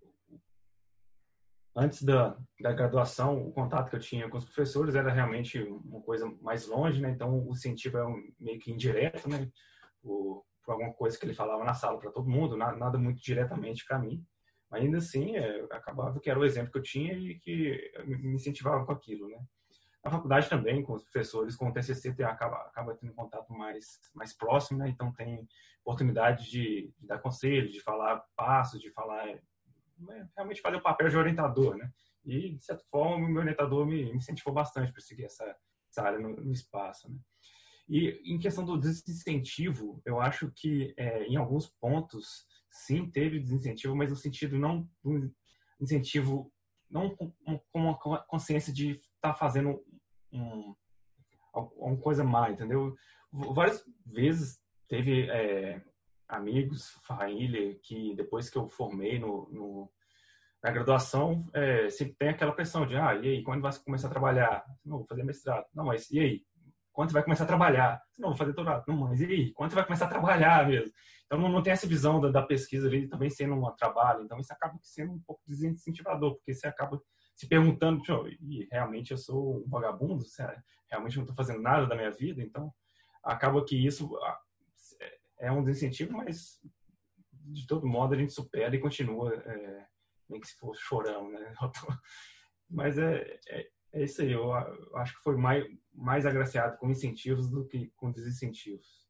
S7: antes da, da graduação, o contato que eu tinha com os professores era realmente uma coisa mais longe, né? Então, o incentivo é um, meio que indireto, né? Por, por alguma coisa que ele falava na sala para todo mundo, nada, nada muito diretamente para mim. Mas ainda assim, é, acabava que era o exemplo que eu tinha e que me incentivava com aquilo, né? Na faculdade também, com os professores, com o T C C, tem, acaba, acaba tendo um contato mais, mais próximo, né? Então, tem oportunidade de, de dar conselhos, de falar passos, de falar... realmente fazer o papel de orientador, né? E, de certa forma, o meu orientador me, me incentivou bastante para seguir essa, essa área no, no espaço, né? E, em questão do desincentivo, eu acho que, é, em alguns pontos, sim, teve desincentivo, mas no sentido não do incentivo, não com, com uma consciência de estar tá fazendo um, uma coisa má, entendeu? Várias vezes teve... É, amigos, família, que depois que eu formei no, no, na graduação, é, sempre tem aquela pressão de, ah, e aí, quando vai começar a trabalhar? Não, vou fazer mestrado. Não, mas e aí? Quando vai começar a trabalhar? Não, vou fazer doutorado. Não, mas e aí? Quando vai começar a trabalhar mesmo? Então, não, não tem essa visão da, da pesquisa ali também sendo um trabalho. Então, isso acaba sendo um pouco desincentivador, porque você acaba se perguntando, e realmente eu sou um vagabundo? Realmente não estou fazendo nada da minha vida? Então, acaba que isso... é um desincentivo, mas de todo modo a gente supera e continua, é, nem que se for chorando, né? Mas é, é, é isso aí, eu acho que foi mais, mais agraciado com incentivos do que com desincentivos.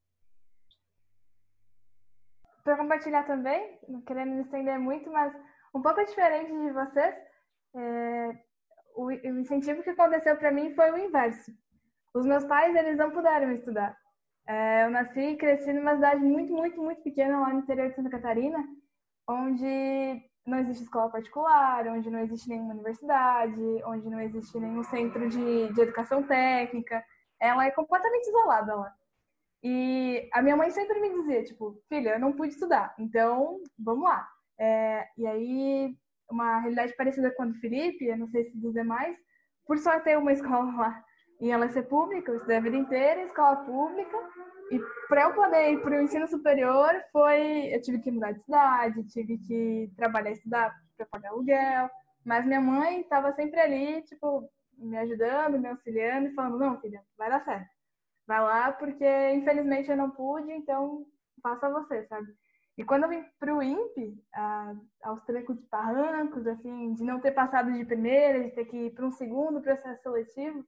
S8: Para compartilhar também, não querendo me estender muito, mas um pouco diferente de vocês, é, o, o incentivo que aconteceu para mim foi o inverso. Os meus pais, eles não puderam estudar. É, eu nasci e cresci numa cidade muito, muito, muito pequena lá no interior de Santa Catarina, onde não existe escola particular, onde não existe nenhuma universidade, onde não existe nenhum centro de, de educação técnica. Ela é completamente isolada lá. E a minha mãe sempre me dizia, tipo, filha, eu não pude estudar, então vamos lá. É, e aí, uma realidade parecida com a do Felipe, eu não sei se dos demais, por só ter uma escola lá e ela ser pública, eu estudei a vida inteira em escola pública, e para eu poder ir para o ensino superior, foi, eu tive que mudar de cidade, tive que trabalhar e estudar para pagar aluguel, mas minha mãe estava sempre ali, tipo, me ajudando, me auxiliando e falando, não, filha, vai dar certo, vai lá, porque infelizmente eu não pude, então faça você, sabe? E quando eu vim para o INPE, a, aos trancos e barrancos, assim, de não ter passado de primeira, de ter que ir para um segundo processo seletivo,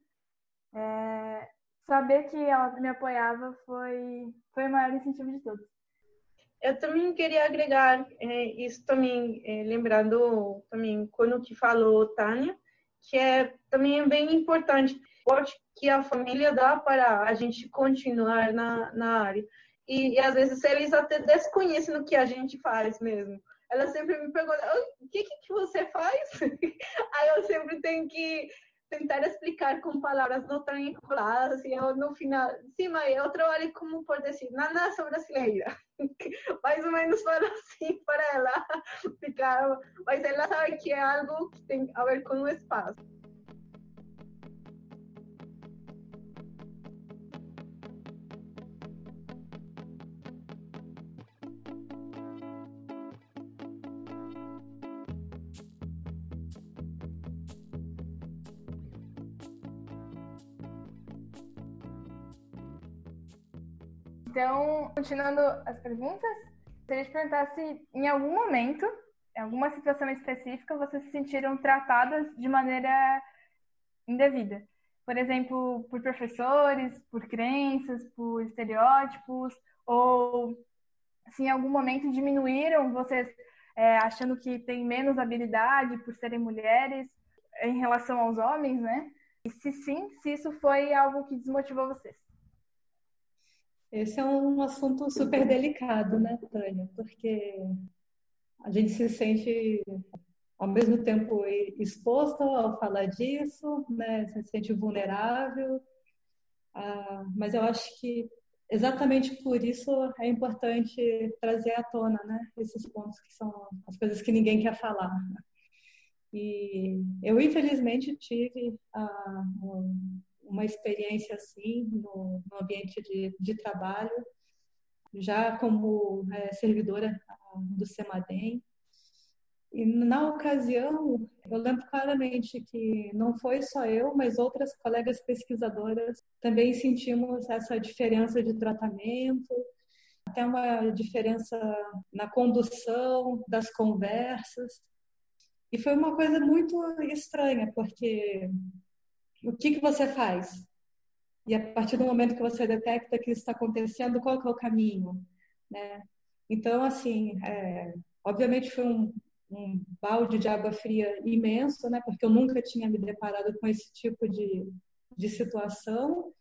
S8: É, saber que ela me apoiava foi, foi o maior incentivo de todos.
S2: Eu também queria agregar é, isso também, é, lembrando também quando que falou Tânia, que é também bem importante, o apoio que a família dá para a gente continuar na, na área. E, e às vezes eles até desconhecem o que a gente faz mesmo. Ela sempre me pergunta, o que, que você faz? Aí eu sempre tenho que tentar explicar com palavras não tão enroladas, e eu no final, sim, mãe, eu trabalho como por dizer, na nação brasileira, mais ou menos falo assim para ela ficar, mas ela sabe que é algo que tem a ver com o espaço.
S8: Então, continuando as perguntas, se a gente perguntasse em algum momento em alguma situação específica, vocês se sentiram tratadas de maneira indevida. Por exemplo, por professores, por crenças, por estereótipos, ou se em algum momento diminuíram vocês é, achando que têm menos habilidade por serem mulheres em relação aos homens, né? E se sim, se isso foi algo que desmotivou vocês.
S3: Esse é um assunto super delicado, né, Tânia? Porque a gente se sente, ao mesmo tempo, exposto ao falar disso, né? Se sente vulnerável. Ah, mas eu acho que exatamente por isso é importante trazer à tona, né? Esses pontos que são as coisas que ninguém quer falar. E eu, infelizmente, tive ah, uma experiência assim no, no ambiente de, de trabalho, já como é, servidora do CEMADEM. E na ocasião, eu lembro claramente que não foi só eu, mas outras colegas pesquisadoras também sentimos essa diferença de tratamento, até uma diferença na condução das conversas. E foi uma coisa muito estranha, porque o que, que você faz? E a partir do momento que você detecta que isso está acontecendo, qual que é o caminho? Né? Então, assim, é, obviamente foi um, um balde de água fria imenso, né? Porque eu nunca tinha me deparado com esse tipo de, de situação.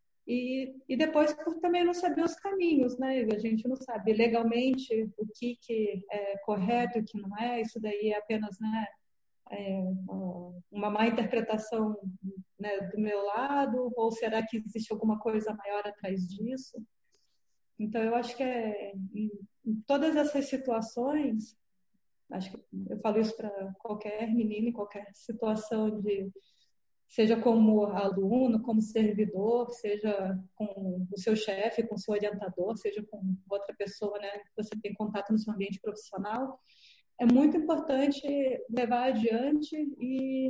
S3: E, e depois por também não saber os caminhos, né? A gente não sabe legalmente o que, que é correto e o que não é. Isso daí é apenas, né, é, uma má interpretação, né, do meu lado, ou será que existe alguma coisa maior atrás disso? Então, eu acho que é, em, em todas essas situações, acho que eu falo isso para qualquer menino, em qualquer situação de... seja como aluno, como servidor, seja com o seu chefe, com o seu orientador, seja com outra pessoa, né, que você tem contato no seu ambiente profissional, é muito importante levar adiante e,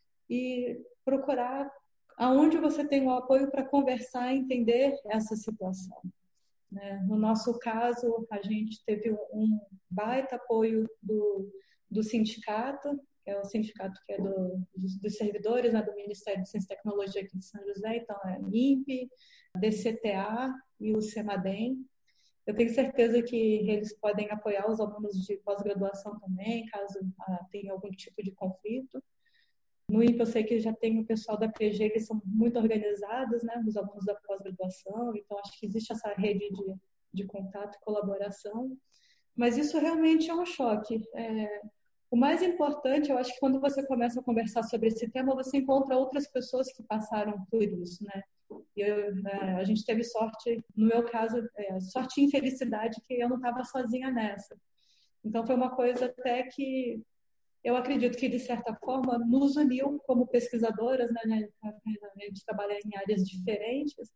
S3: e procurar aonde você tem o apoio para conversar e entender essa situação. Né? No nosso caso, a gente teve um baita apoio do, do sindicato, que é o sindicato que é do, dos, dos servidores, né, do Ministério de Ciência e Tecnologia aqui de São José, então é o INPE, D C T A e o CEMADEM. Eu tenho certeza que eles podem apoiar os alunos de pós-graduação também, caso ah, tenha algum tipo de conflito. No INPE eu sei que já tem o pessoal da P G, eles são muito organizados, né, os alunos da pós-graduação, então acho que existe essa rede de, de contato e colaboração. Mas isso realmente é um choque. É, O mais importante, eu acho que quando você começa a conversar sobre esse tema, você encontra outras pessoas que passaram por isso, né? E eu, a gente teve sorte, no meu caso, é, sorte e infelicidade que eu não estava sozinha nessa. Então, foi uma coisa até que eu acredito que, de certa forma, nos uniu como pesquisadoras, né? A gente trabalha em áreas diferentes,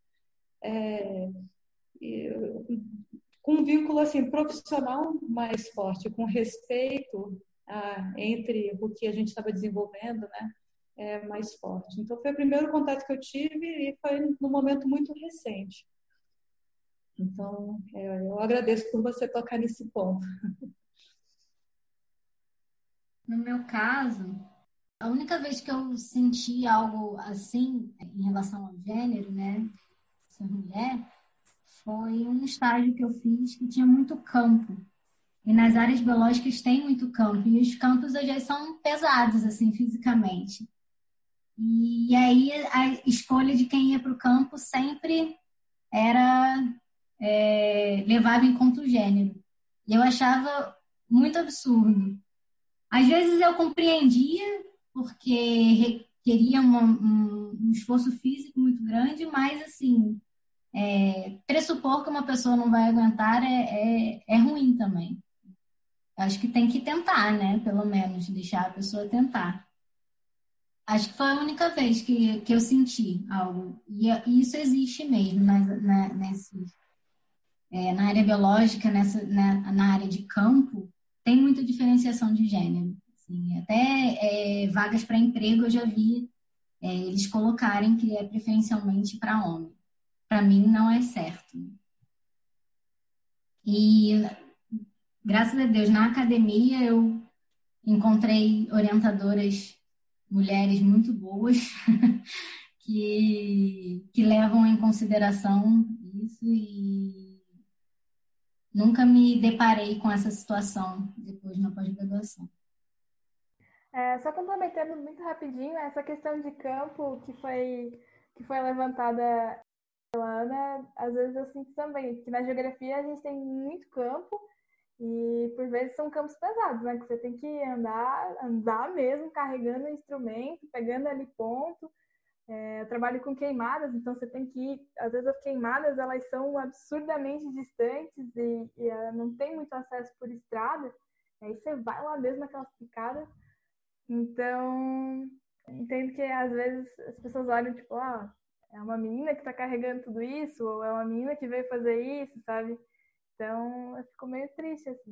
S3: é, e, com um vínculo assim, profissional mais forte, com respeito Ah, entre o que a gente estava desenvolvendo, né, é mais forte. Então, foi o primeiro contato que eu tive e foi num momento muito recente. Então, é, eu agradeço por você tocar nesse ponto.
S4: No meu caso, a única vez que eu senti algo assim, em relação ao gênero, né, ser mulher, foi um estágio que eu fiz que tinha muito campo. E nas áreas biológicas tem muito campo. E os campos hoje são pesados, assim, fisicamente. E aí a escolha de quem ia para o campo sempre era é, levava em conta o gênero. E eu achava muito absurdo. Às vezes eu compreendia, porque requeria uma, um, um esforço físico muito grande, mas, assim, é, pressupor que uma pessoa não vai aguentar é, é, é ruim também. Acho que tem que tentar, né? Pelo menos, deixar a pessoa tentar. Acho que foi a única vez que, que eu senti algo. E, e isso existe mesmo na, na, nesse, é, na área biológica, nessa, na, na área de campo, tem muita diferenciação de gênero. Assim, até é, vagas para emprego eu já vi é, eles colocarem que é preferencialmente para homem. Para mim, não é certo. E... graças a Deus, na academia eu encontrei orientadoras mulheres muito boas que, que levam em consideração isso e nunca me deparei com essa situação depois na pós-graduação.
S8: É, só complementando muito rapidinho, essa questão de campo que foi, que foi levantada pela Ana, às vezes eu sinto também que na geografia a gente tem muito campo e por vezes são campos pesados, né? Que você tem que andar, andar mesmo, carregando o instrumento, pegando ali ponto. É, eu trabalho com queimadas, então você tem que ir, às vezes as queimadas elas são absurdamente distantes e, e uh, não tem muito acesso por estrada, aí você vai lá mesmo naquelas picadas. Então, entendo que às vezes as pessoas olham tipo, ah, é uma menina que tá carregando tudo isso, ou é uma menina que veio fazer isso, sabe? Então, eu fico meio triste, assim.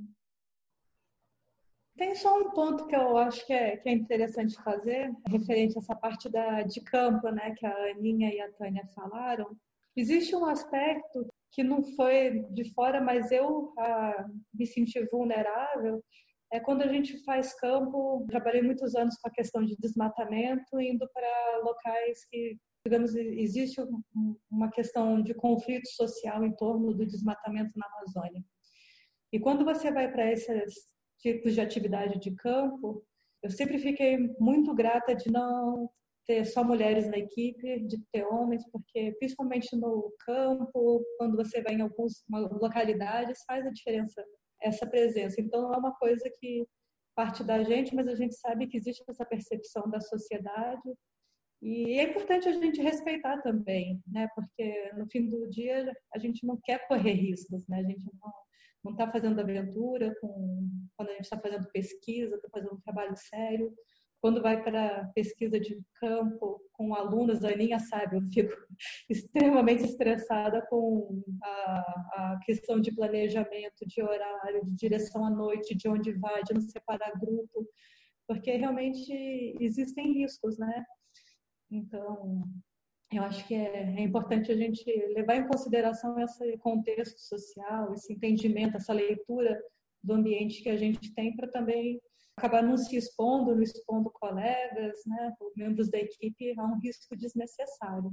S3: Tem só um ponto que eu acho que é, que é interessante fazer, referente a essa parte da, de campo, né, que a Aninha e a Tânia falaram. Existe um aspecto que não foi de fora, mas eu ah, me senti vulnerável, é quando a gente faz campo. Trabalhei muitos anos com a questão de desmatamento, indo para locais que, digamos, existe uma questão de conflito social em torno do desmatamento na Amazônia. E quando você vai para esses tipos de atividade de campo, eu sempre fiquei muito grata de não ter só mulheres na equipe, de ter homens, porque principalmente no campo, quando você vai em algumas localidades, faz a diferença essa presença. Então não é uma coisa que parte da gente, mas a gente sabe que existe essa percepção da sociedade e é importante a gente respeitar também, né? Porque no fim do dia a gente não quer correr riscos, né? A gente não não está fazendo aventura com, quando a gente está fazendo pesquisa, está fazendo um trabalho sério. Quando vai para pesquisa de campo com alunos, a Aninha sabe, eu fico extremamente estressada com a, a questão de planejamento, de horário, de direção à noite, de onde vai, de não separar grupo, porque realmente existem riscos, né? Então, eu acho que é, é importante a gente levar em consideração esse contexto social, esse entendimento, essa leitura do ambiente que a gente tem para também acabar não se expondo, não expondo colegas, né, ou membros da equipe a um risco desnecessário.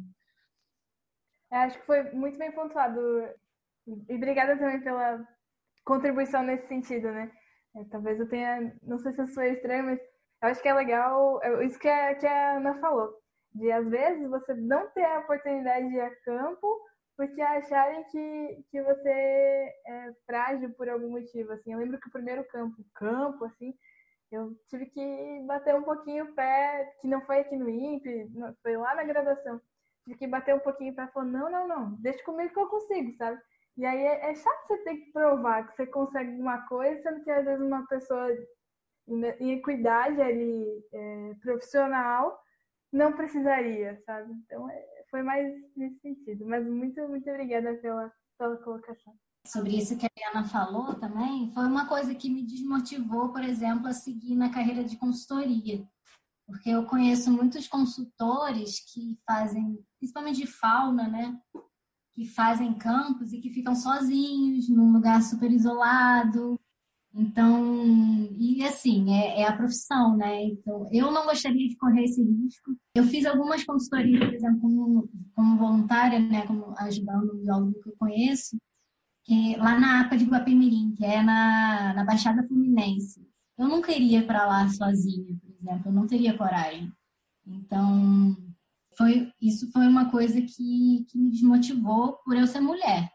S8: Eu acho que foi muito bem pontuado. E obrigada também pela contribuição nesse sentido, né? É, talvez eu tenha, não sei se eu sou estranho, mas eu acho que é legal, é isso que a, que a Ana falou. De, às vezes, você não ter a oportunidade de ir a campo porque acharem que, que você é frágil por algum motivo, assim. Eu lembro que o primeiro campo, campo, assim, eu tive que bater um pouquinho o pé, que não foi aqui no INPE, foi lá na graduação. Tive que bater um pouquinho o pé e falar, não, não, não, deixa comigo que eu consigo, sabe? E aí é, é chato você ter que provar que você consegue alguma coisa, sendo que às vezes uma pessoa em equidade ali, é, profissional, não precisaria, sabe? Então, foi mais nesse sentido. Mas muito, muito obrigada pela, pela colocação.
S4: Sobre isso que a Eliana falou também, foi uma coisa que me desmotivou, por exemplo, a seguir na carreira de consultoria. Porque eu conheço muitos consultores que fazem, principalmente de fauna, né? Que fazem campos e que ficam sozinhos, num lugar super isolado. Então, e assim, é, é a profissão, né? Então, eu não gostaria de correr esse risco. Eu fiz algumas consultorias, por exemplo, como, como voluntária, né? Como ajudando um biólogo que eu conheço, que, lá na APA de Guapemirim, que é na, na Baixada Fluminense. Eu nunca iria para lá sozinha, por exemplo, eu não teria coragem. Então, foi, isso foi uma coisa que, que me desmotivou por eu ser mulher.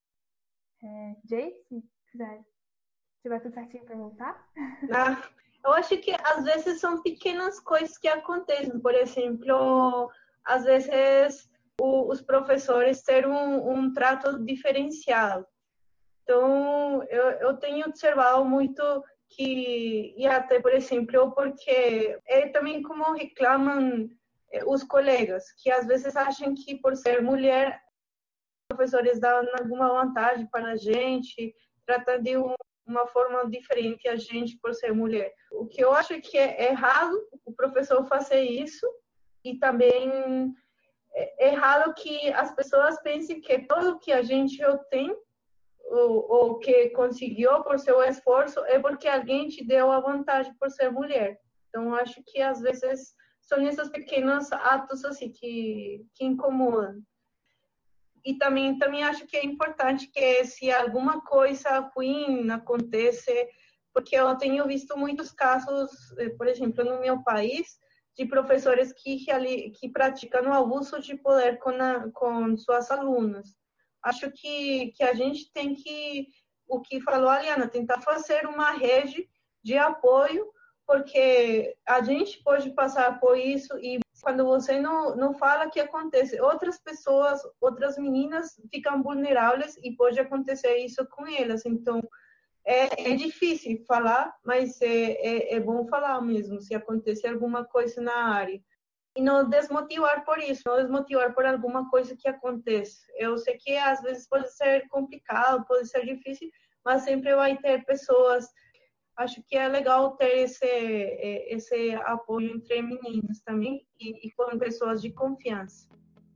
S8: É, Jay, se quiser. Você vai tudo certinho para voltar?
S2: Ah, eu acho que às vezes são pequenas coisas que acontecem. Por exemplo, às vezes o, os professores têm um, um trato diferenciado. Então, eu, eu tenho observado muito que, e até, por exemplo, porque é também como reclamam os colegas, que às vezes acham que por ser mulher, os professores dão alguma vantagem para a gente, tratam de um uma forma diferente a gente por ser mulher. O que eu acho que é errado o professor fazer isso e também é errado que as pessoas pensem que tudo que a gente tem, ou, ou que conseguiu por seu esforço, é porque alguém te deu a vantagem por ser mulher. Então, acho que às vezes são esses pequenos atos assim que, que incomodam. E também, também acho que é importante que se alguma coisa ruim acontece, porque eu tenho visto muitos casos, por exemplo, no meu país, de professores que, que praticam o abuso de poder com, a, com suas alunas. Acho que, que a gente tem que, o que falou a Liana, tentar fazer uma rede de apoio, porque a gente pode passar por isso e quando você não, não fala o que acontece, outras pessoas, outras meninas ficam vulneráveis e pode acontecer isso com elas. Então, é, é difícil falar, mas é, é, é bom falar mesmo, se acontecer alguma coisa na área. E não desmotivar por isso, não desmotivar por alguma coisa que acontece. Eu sei que às vezes pode ser complicado, pode ser difícil, mas sempre vai ter pessoas. Acho que é legal ter esse, esse apoio entre meninas também e, e com pessoas de confiança.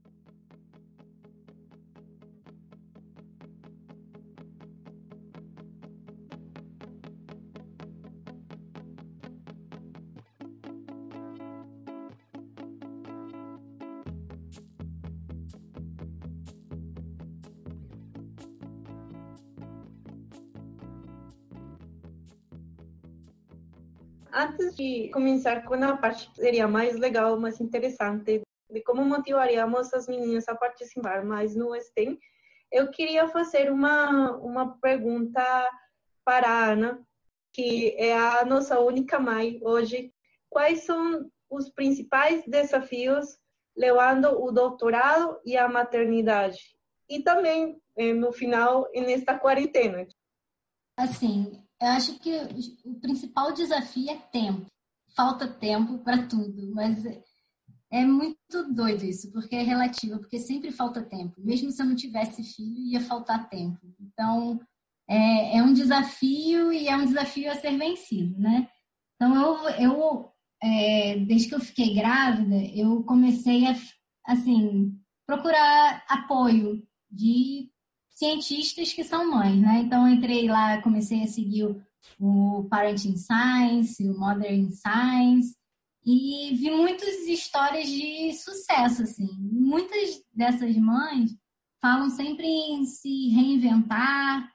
S2: Antes de começar com a parte que seria mais legal, mais interessante, de como motivaríamos as meninas a participar mais no STEM, eu queria fazer uma, uma pergunta para a Ana, que é a nossa única mãe hoje. Quais são os principais desafios levando o doutorado e a maternidade? E também, no final, nesta quarentena.
S4: Assim, eu acho que o principal desafio é tempo. Falta tempo para tudo, mas é muito doido isso, porque é relativo, porque sempre falta tempo. Mesmo se eu não tivesse filho, ia faltar tempo. Então, é, é um desafio e é um desafio a ser vencido, né? Então, eu, eu é, desde que eu fiquei grávida, eu comecei a, assim, procurar apoio de cientistas que são mães, né? Então, eu entrei lá, comecei a seguir o, o Parenting Science, o Mothering Science, e vi muitas histórias de sucesso, assim. Muitas dessas mães falam sempre em se reinventar,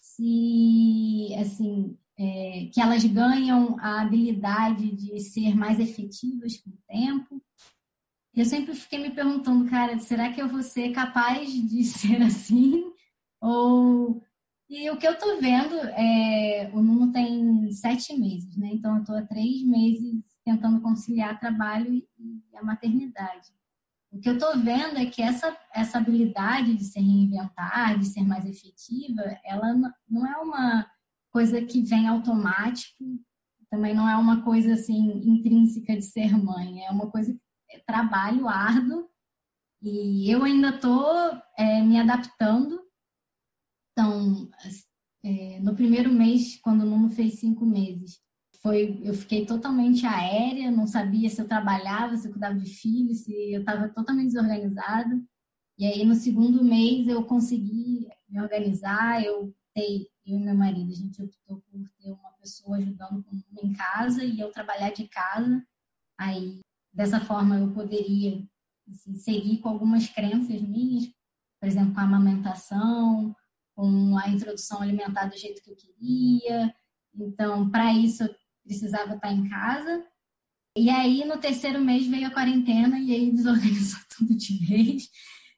S4: se, assim, é, que elas ganham a habilidade de ser mais efetivas com o tempo. Eu sempre fiquei me perguntando, cara, será que eu vou ser capaz de ser assim? Ou... E o que eu tô vendo é... O Nuno tem sete meses, né? Então, eu tô há três meses tentando conciliar trabalho e a maternidade. O que eu tô vendo é que essa, essa habilidade de se reinventar, de ser mais efetiva, ela não é uma coisa que vem automático, também não é uma coisa, assim, intrínseca de ser mãe. É uma coisa que é trabalho árduo e eu ainda tô é, me adaptando. Então, é, no primeiro mês, quando o Nuno fez cinco meses, foi, eu fiquei totalmente aérea, não sabia se eu trabalhava, se eu cuidava de filho, se eu estava totalmente desorganizada. E aí, no segundo mês, eu consegui me organizar, eu, eu e meu marido, a gente optou por ter uma pessoa ajudando em casa e eu trabalhar de casa. Aí, dessa forma, eu poderia assim, seguir com algumas crenças minhas, por exemplo, com a amamentação, com a introdução alimentar do jeito que eu queria. Então, para isso, eu precisava estar em casa. E aí, no terceiro mês, veio a quarentena e aí desorganizou tudo de vez.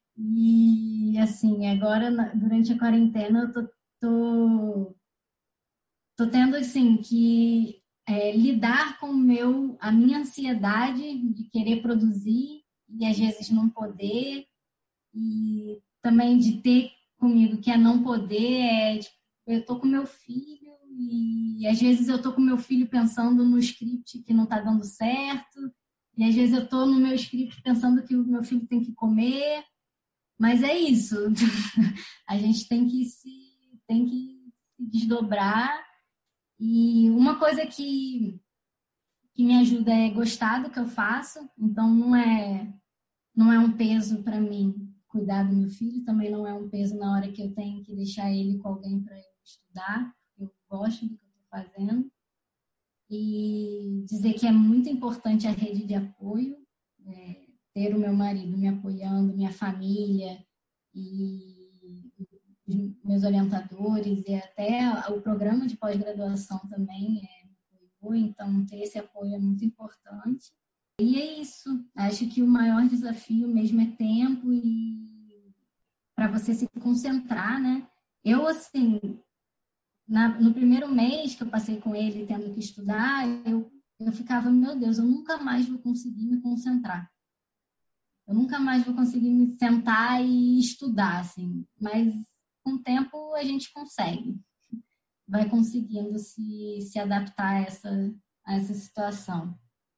S4: E, assim, agora, durante a quarentena, eu tô, tô, tô tendo, assim, que é, lidar com o meu, a minha ansiedade de querer produzir e, às vezes, não poder. E também de ter comigo que é não poder, é, tipo, eu tô com meu filho e às vezes eu tô com meu filho pensando no script que não tá dando certo e às vezes eu tô no meu script pensando que o meu filho tem que comer, mas é isso. A gente tem que se tem que se desdobrar e uma coisa que que me ajuda é gostar do que eu faço, então não é não é um peso para mim cuidar do meu filho, também não é um peso na hora que eu tenho que deixar ele com alguém para estudar. Eu gosto do que eu estou fazendo. E dizer que é muito importante a rede de apoio, é, ter o meu marido me apoiando, minha família e os meus orientadores e até o programa de pós-graduação também é, me apoiou, então ter esse apoio é muito importante. E é isso, acho que o maior desafio mesmo é tempo e para você se concentrar, né? Eu, assim, na, no primeiro mês que eu passei com ele tendo que estudar, eu, eu ficava, meu Deus, eu nunca mais vou conseguir me concentrar. Eu nunca mais vou conseguir me sentar e estudar, assim. Mas com o tempo a gente consegue. Vai conseguindo se, se adaptar a essa, a essa situação.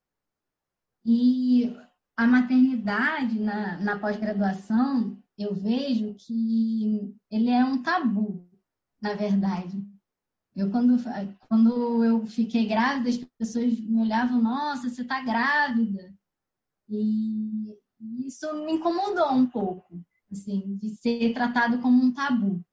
S4: E a maternidade na, na pós-graduação, eu vejo que ele é um tabu, na verdade. Eu, quando, quando eu fiquei grávida, as pessoas me olhavam, nossa, você está grávida. E isso me incomodou um pouco, assim, de ser tratado como um tabu.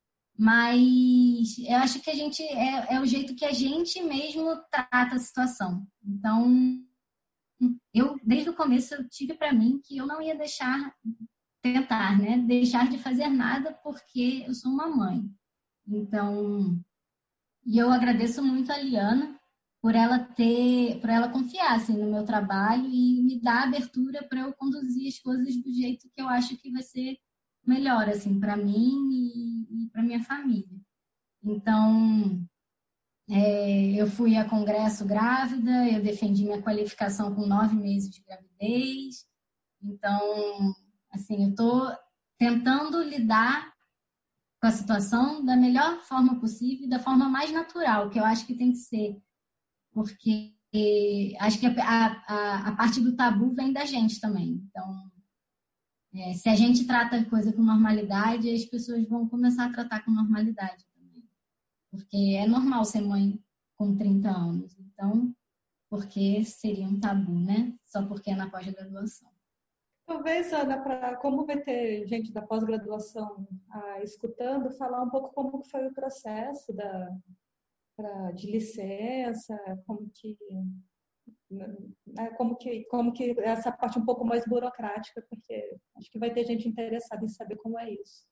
S4: Mas eu acho que a gente é, é o jeito que a gente mesmo trata a situação. Então, eu, desde o começo, eu tive para mim que eu não ia deixar, tentar, né? Deixar de fazer nada porque eu sou uma mãe. Então, e eu agradeço muito a Liana por ela ter, por ela confiar assim, no meu trabalho e me dar abertura para eu conduzir as coisas do jeito que eu acho que vai ser melhor assim para mim e, e para minha família. Então, é, eu fui a congresso grávida, eu defendi minha qualificação com nove meses de gravidez. Então, assim, eu estou tentando lidar com a situação da melhor forma possível e da forma mais natural, que eu acho que tem que ser. Porque acho que a, a, a parte do tabu vem da gente também. Então, é, se a gente trata a coisa com normalidade, as pessoas vão começar a tratar com normalidade também. Porque é normal ser mãe com trinta anos. Então, porque seria um tabu, né? Só porque é na pós-graduação.
S3: Talvez, Ana, pra, como vai ter gente da pós-graduação ah, escutando, falar um pouco como foi o processo da, pra, de licença, como que, né, como, que, como que essa parte um pouco mais burocrática, porque acho que vai ter gente interessada em saber como é isso.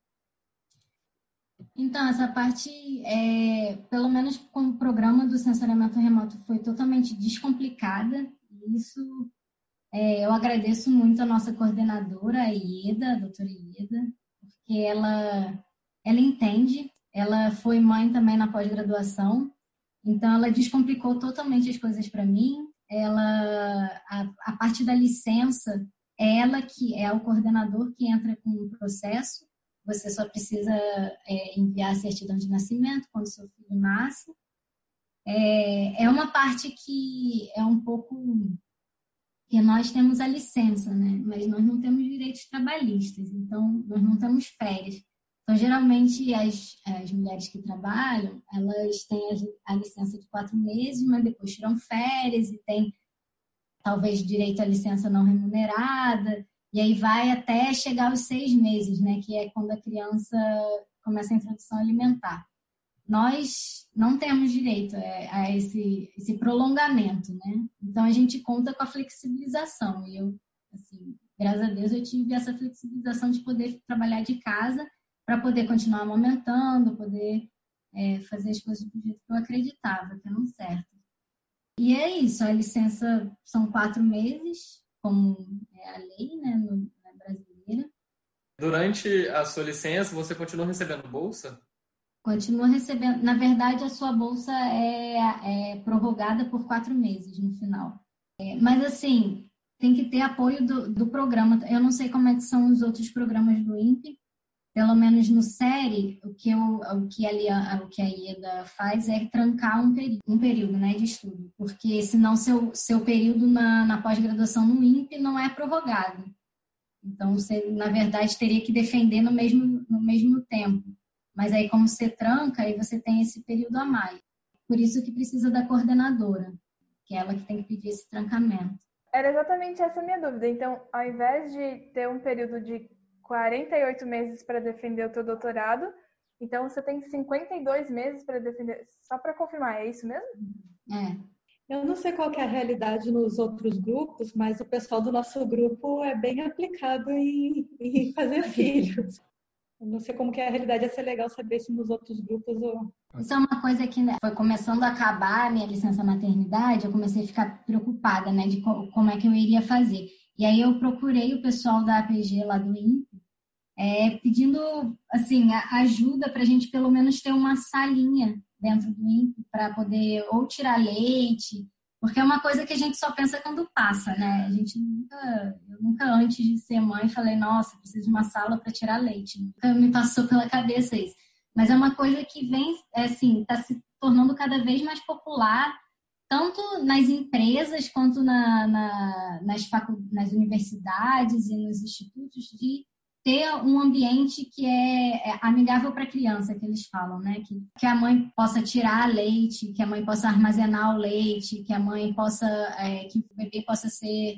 S4: Então, essa parte, é, pelo menos com o programa do sensoriamento remoto, foi totalmente descomplicada. Isso... É, eu agradeço muito a nossa coordenadora, a Ieda, a doutora Ieda, porque ela, ela entende, ela foi mãe também na pós-graduação, então ela descomplicou totalmente as coisas para mim. Ela, a, a parte da licença, é ela que é o coordenador que entra com o processo, você só precisa é, enviar a certidão de nascimento quando seu filho nasce. É, é uma parte que é um pouco... que nós temos a licença, né? Mas nós não temos direitos trabalhistas, então nós não temos férias. Então, geralmente, as, as mulheres que trabalham, elas têm a, a licença de quatro meses, mas depois tiram férias e tem, talvez, direito à licença não remunerada, e aí vai até chegar aos seis meses, né? Que é quando a criança começa a introdução alimentar. Nós não temos direito a esse, esse prolongamento, né? Então, a gente conta com a flexibilização. E eu, assim, graças a Deus, eu tive essa flexibilização de poder trabalhar de casa para poder continuar amamentando, poder é, fazer as coisas do jeito que eu acreditava, que eram certas. E é isso, a licença são quatro meses, como é a lei, né, no, na brasileira.
S5: Durante a sua licença, você continua recebendo bolsa?
S4: Continua recebendo. Na verdade, a sua bolsa é, é prorrogada por quatro meses no final. É, mas, assim, tem que ter apoio do, do programa. Eu não sei como é que são os outros programas do INPE. Pelo menos no SERI, o que, eu, o que, a, o que a Ieda faz é trancar um período, um período né, de estudo. Porque, senão, seu, seu período na, na pós-graduação no INPE não é prorrogado. Então, você, na verdade, teria que defender no mesmo, no mesmo tempo. Mas aí, como você tranca, aí você tem esse período a mais. Por isso que precisa da coordenadora, que é ela que tem que pedir esse trancamento.
S8: Era exatamente essa a minha dúvida. Então, ao invés de ter um período de quarenta e oito meses para defender o teu doutorado. Então, você tem cinquenta e dois meses para defender. Só para confirmar, é isso mesmo?
S4: É.
S3: Eu não sei qual que é a realidade nos outros grupos, mas o pessoal do nosso grupo é bem aplicado em, em fazer filhos. Eu não sei como que é a realidade, ia ser legal saber se nos outros grupos... Ou...
S4: Isso é uma coisa que, né, foi começando a acabar a minha licença maternidade, eu comecei a ficar preocupada, né, de co- como é que eu iria fazer. E aí eu procurei o pessoal da A P G lá do INPE, é, pedindo, assim, a- ajuda para a gente pelo menos ter uma salinha dentro do INPE para poder ou tirar leite, porque é uma coisa que a gente só pensa quando passa, né? A gente nunca, eu nunca antes de ser mãe falei, nossa, preciso de uma sala para tirar leite. Nunca me passou pela cabeça isso. Mas é uma coisa que vem, é, assim, está se tornando cada vez mais popular, tanto nas empresas quanto na, na, nas, facu, nas universidades e nos institutos, de ter um ambiente que é, é amigável para a criança, que eles falam, né? Que, que a mãe possa tirar leite, que a mãe possa armazenar o leite, que a mãe possa, é, que o bebê possa ser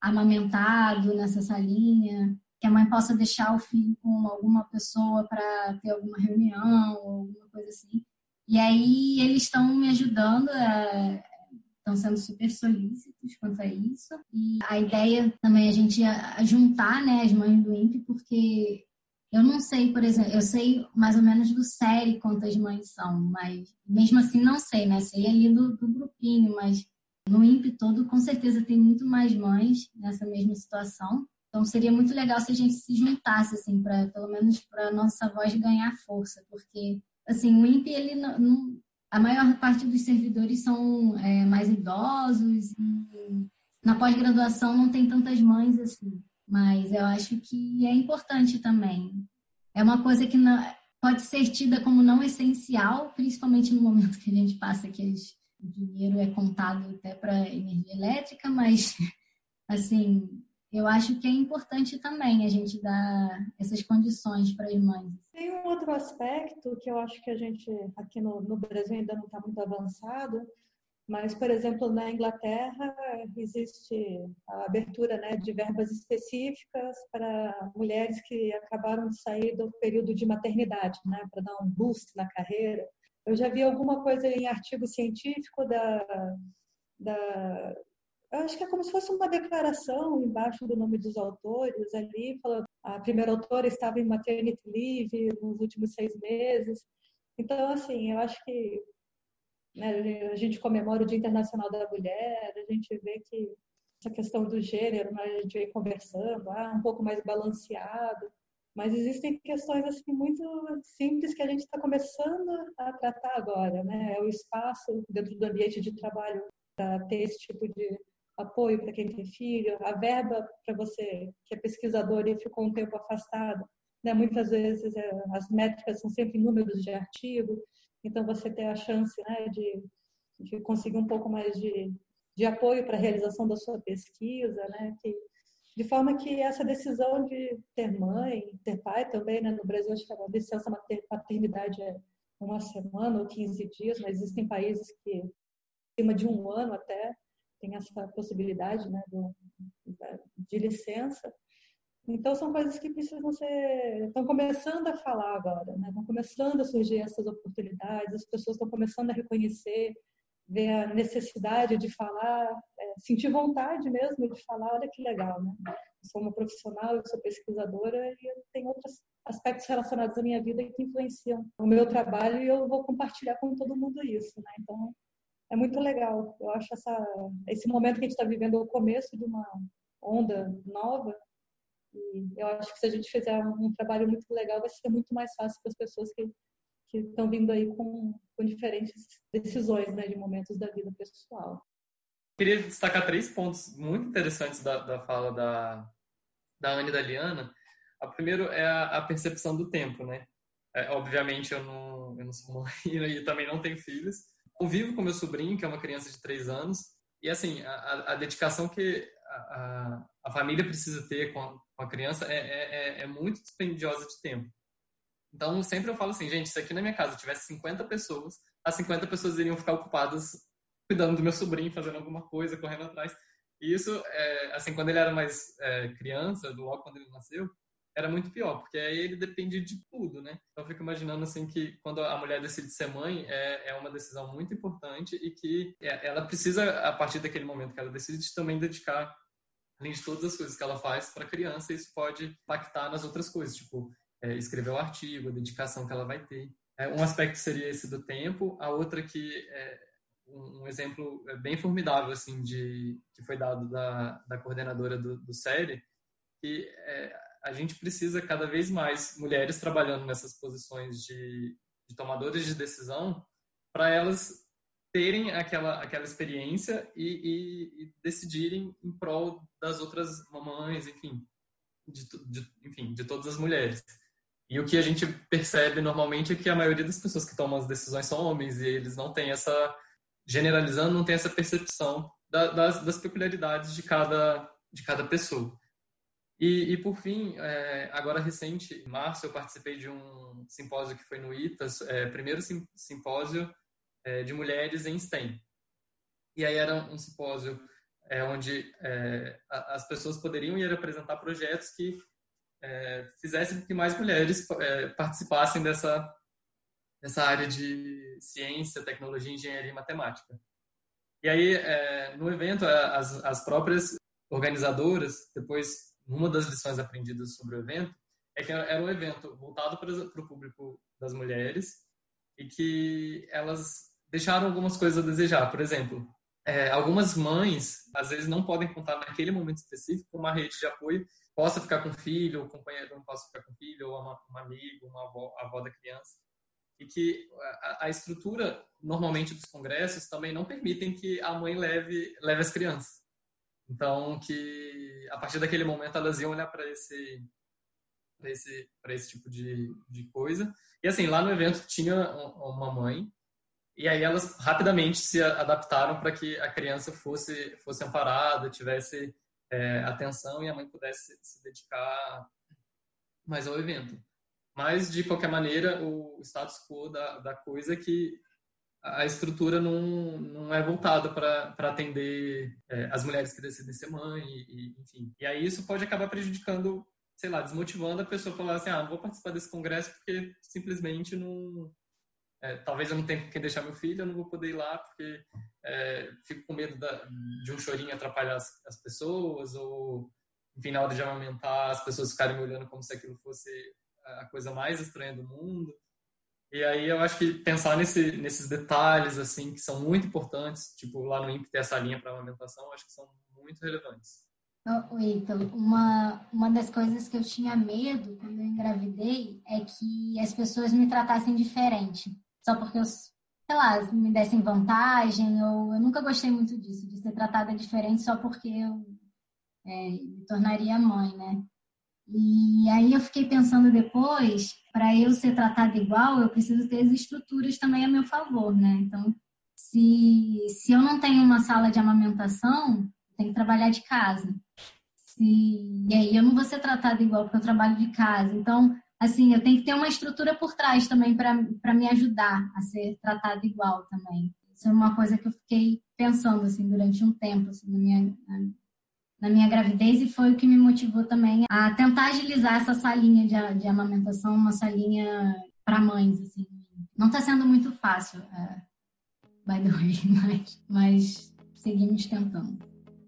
S4: amamentado nessa salinha, que a mãe possa deixar o filho com alguma pessoa para ter alguma reunião ou alguma coisa assim. E aí eles estão me ajudando a... estão sendo super solícitos quanto a isso. E a ideia também é a gente juntar, né, as mães do INPE, porque eu não sei, por exemplo, eu sei mais ou menos do série quantas mães são, mas mesmo assim não sei, né? Sei ali do, do grupinho, mas no INPE todo com certeza tem muito mais mães nessa mesma situação. Então seria muito legal se a gente se juntasse, assim, para pelo menos para nossa voz ganhar força, porque assim, o INPE, ele não, não a maior parte dos servidores são é, mais idosos e na pós-graduação não tem tantas mães assim, mas eu acho que é importante também. É uma coisa que não, pode ser tida como não essencial, principalmente no momento que a gente passa que as, o dinheiro é contado até para energia elétrica, mas assim, eu acho que é importante também a gente dar essas condições para as mães.
S3: Tem um outro aspecto que eu acho que a gente aqui no, no Brasil ainda não está muito avançado, mas, por exemplo, na Inglaterra existe a abertura, né, de verbas específicas para mulheres que acabaram de sair do período de maternidade, né, para dar um boost na carreira. Eu já vi alguma coisa em artigo científico da... da eu acho que é como se fosse uma declaração embaixo do nome dos autores ali, falando a primeira autora estava em maternity leave nos últimos seis meses. Então, assim, eu acho que, né, a gente comemora o Dia Internacional da Mulher, a gente vê que essa questão do gênero, né, a gente vem conversando, ah, um pouco mais balanceado, mas existem questões assim muito simples que a gente está começando a tratar agora, né? É o espaço dentro do ambiente de trabalho para ter esse tipo de apoio para quem tem filho, a verba para você que é pesquisador e ficou um tempo afastado, né? Muitas vezes é, as métricas são sempre números de artigo, então você tem a chance, né, de, de conseguir um pouco mais de, de apoio para a realização da sua pesquisa, né? Que, de forma que essa decisão de ter mãe, ter pai também, né? No Brasil acho que a licença paternidade é uma semana ou quinze dias, mas existem países que acima de um ano até tem essa possibilidade, né, do, de licença. Então, são coisas que precisam ser... Estão começando a falar agora, né? Estão começando a surgir essas oportunidades, as pessoas estão começando a reconhecer, ver a necessidade de falar, é, sentir vontade mesmo de falar, olha que legal, né? Eu sou uma profissional, eu sou pesquisadora e eu tenho outros aspectos relacionados à minha vida que influenciam o meu trabalho e eu vou compartilhar com todo mundo isso, né? Então, é muito legal. Eu acho essa, esse momento que a gente está vivendo é o começo de uma onda nova e eu acho que se a gente fizer um trabalho muito legal vai ser muito mais fácil para as pessoas que que estão vindo aí com, com diferentes decisões, né, de momentos da vida pessoal.
S5: Queria destacar três pontos muito interessantes da, da fala da, da Ana e da Liana. O primeiro é a, a percepção do tempo, né? É, obviamente eu não, eu não sou mãe e também não tenho filhos. Convivo com meu sobrinho, que é uma criança de três anos, e assim, a, a dedicação que a, a, a família precisa ter com a, com a criança é, é, é muito dispendiosa de tempo. Então, sempre eu falo assim, gente, se aqui na minha casa tivesse cinquenta pessoas, as cinquenta pessoas iriam ficar ocupadas cuidando do meu sobrinho, fazendo alguma coisa, correndo atrás. E isso, é, assim, quando ele era mais é, criança, logo quando ele nasceu, era muito pior, porque aí ele depende de tudo, né? Então eu fico imaginando assim que quando a mulher decide ser mãe, é, é uma decisão muito importante e que ela precisa, a partir daquele momento que ela decide, também dedicar, além de todas as coisas que ela faz para a criança, isso pode impactar nas outras coisas, tipo é, escrever o artigo, a dedicação que ela vai ter. É, um aspecto seria esse do tempo, a outra que é um, um exemplo bem formidável assim de que foi dado da, da coordenadora do, do série, que é, a gente precisa cada vez mais mulheres trabalhando nessas posições de, de tomadoras de decisão para elas terem aquela, aquela experiência e, e, e decidirem em prol das outras mamães, enfim de, de, enfim, de todas as mulheres. E o que a gente percebe normalmente é que a maioria das pessoas que tomam as decisões são homens e eles não têm essa, generalizando, não tem essa percepção da, das, das peculiaridades de cada, de cada pessoa. E, e por fim, é, agora recente, em março, eu participei de um simpósio que foi no ITAS, é, primeiro sim, simpósio é, de mulheres em STEM. E aí era um simpósio é, onde é, as pessoas poderiam ir apresentar projetos que é, fizessem com que mais mulheres é, participassem dessa, dessa área de ciência, tecnologia, engenharia e matemática. E aí, é, no evento, as, as próprias organizadoras, depois, uma das lições aprendidas sobre o evento, é que era um evento voltado para o público das mulheres e que elas deixaram algumas coisas a desejar. Por exemplo, é, algumas mães, às vezes, não podem contar naquele momento específico com uma rede de apoio, possa ficar com o filho, o companheiro não possa ficar com o filho, ou uma, uma amiga, uma avó, a avó da criança. E que a, a estrutura, normalmente, dos congressos também não permitem que a mãe leve, leve as crianças. Então, que a partir daquele momento elas iam olhar para esse, para esse, para esse tipo de, de coisa. E assim, lá no evento tinha uma mãe, e aí elas rapidamente se adaptaram para que a criança fosse, fosse amparada, tivesse é, atenção e a mãe pudesse se dedicar mais ao evento. Mas, de qualquer maneira, o status quo da, da coisa é que a estrutura não, não é voltada para atender é, as mulheres que decidem ser mãe, e, e, enfim. E aí isso pode acabar prejudicando, sei lá, desmotivando a pessoa a falar assim, ah, não vou participar desse congresso porque simplesmente não... É, talvez eu não tenha quem deixar meu filho, eu não vou poder ir lá porque é, fico com medo da, de um chorinho atrapalhar as, as pessoas, ou, enfim, na hora de amamentar, as pessoas ficarem me olhando como se aquilo fosse a coisa mais estranha do mundo. E aí eu acho que pensar nesse, nesses detalhes, assim, que são muito importantes, tipo, lá no I N P E ter essa linha para amamentação, eu acho que são muito relevantes.
S4: Oh, Ítalo, uma, uma das coisas que eu tinha medo quando eu engravidei é que as pessoas me tratassem diferente. Só porque eu, sei lá, me dessem vantagem, ou eu nunca gostei muito disso, de ser tratada diferente só porque eu é, me tornaria mãe, né? E aí eu fiquei pensando depois, para eu ser tratada igual, eu preciso ter as estruturas também a meu favor, né? Então, se, se eu não tenho uma sala de amamentação, eu tenho que trabalhar de casa. Se, e aí eu não vou ser tratada igual porque eu trabalho de casa. Então, assim, eu tenho que ter uma estrutura por trás também para me ajudar a ser tratada igual também. Isso é uma coisa que eu fiquei pensando, assim, durante um tempo, assim, na minha... Na, na minha gravidez, e foi o que me motivou também a tentar agilizar essa salinha de, de amamentação, uma salinha para mães, assim. Não está sendo muito fácil, uh, by the way, mas, mas seguimos tentando.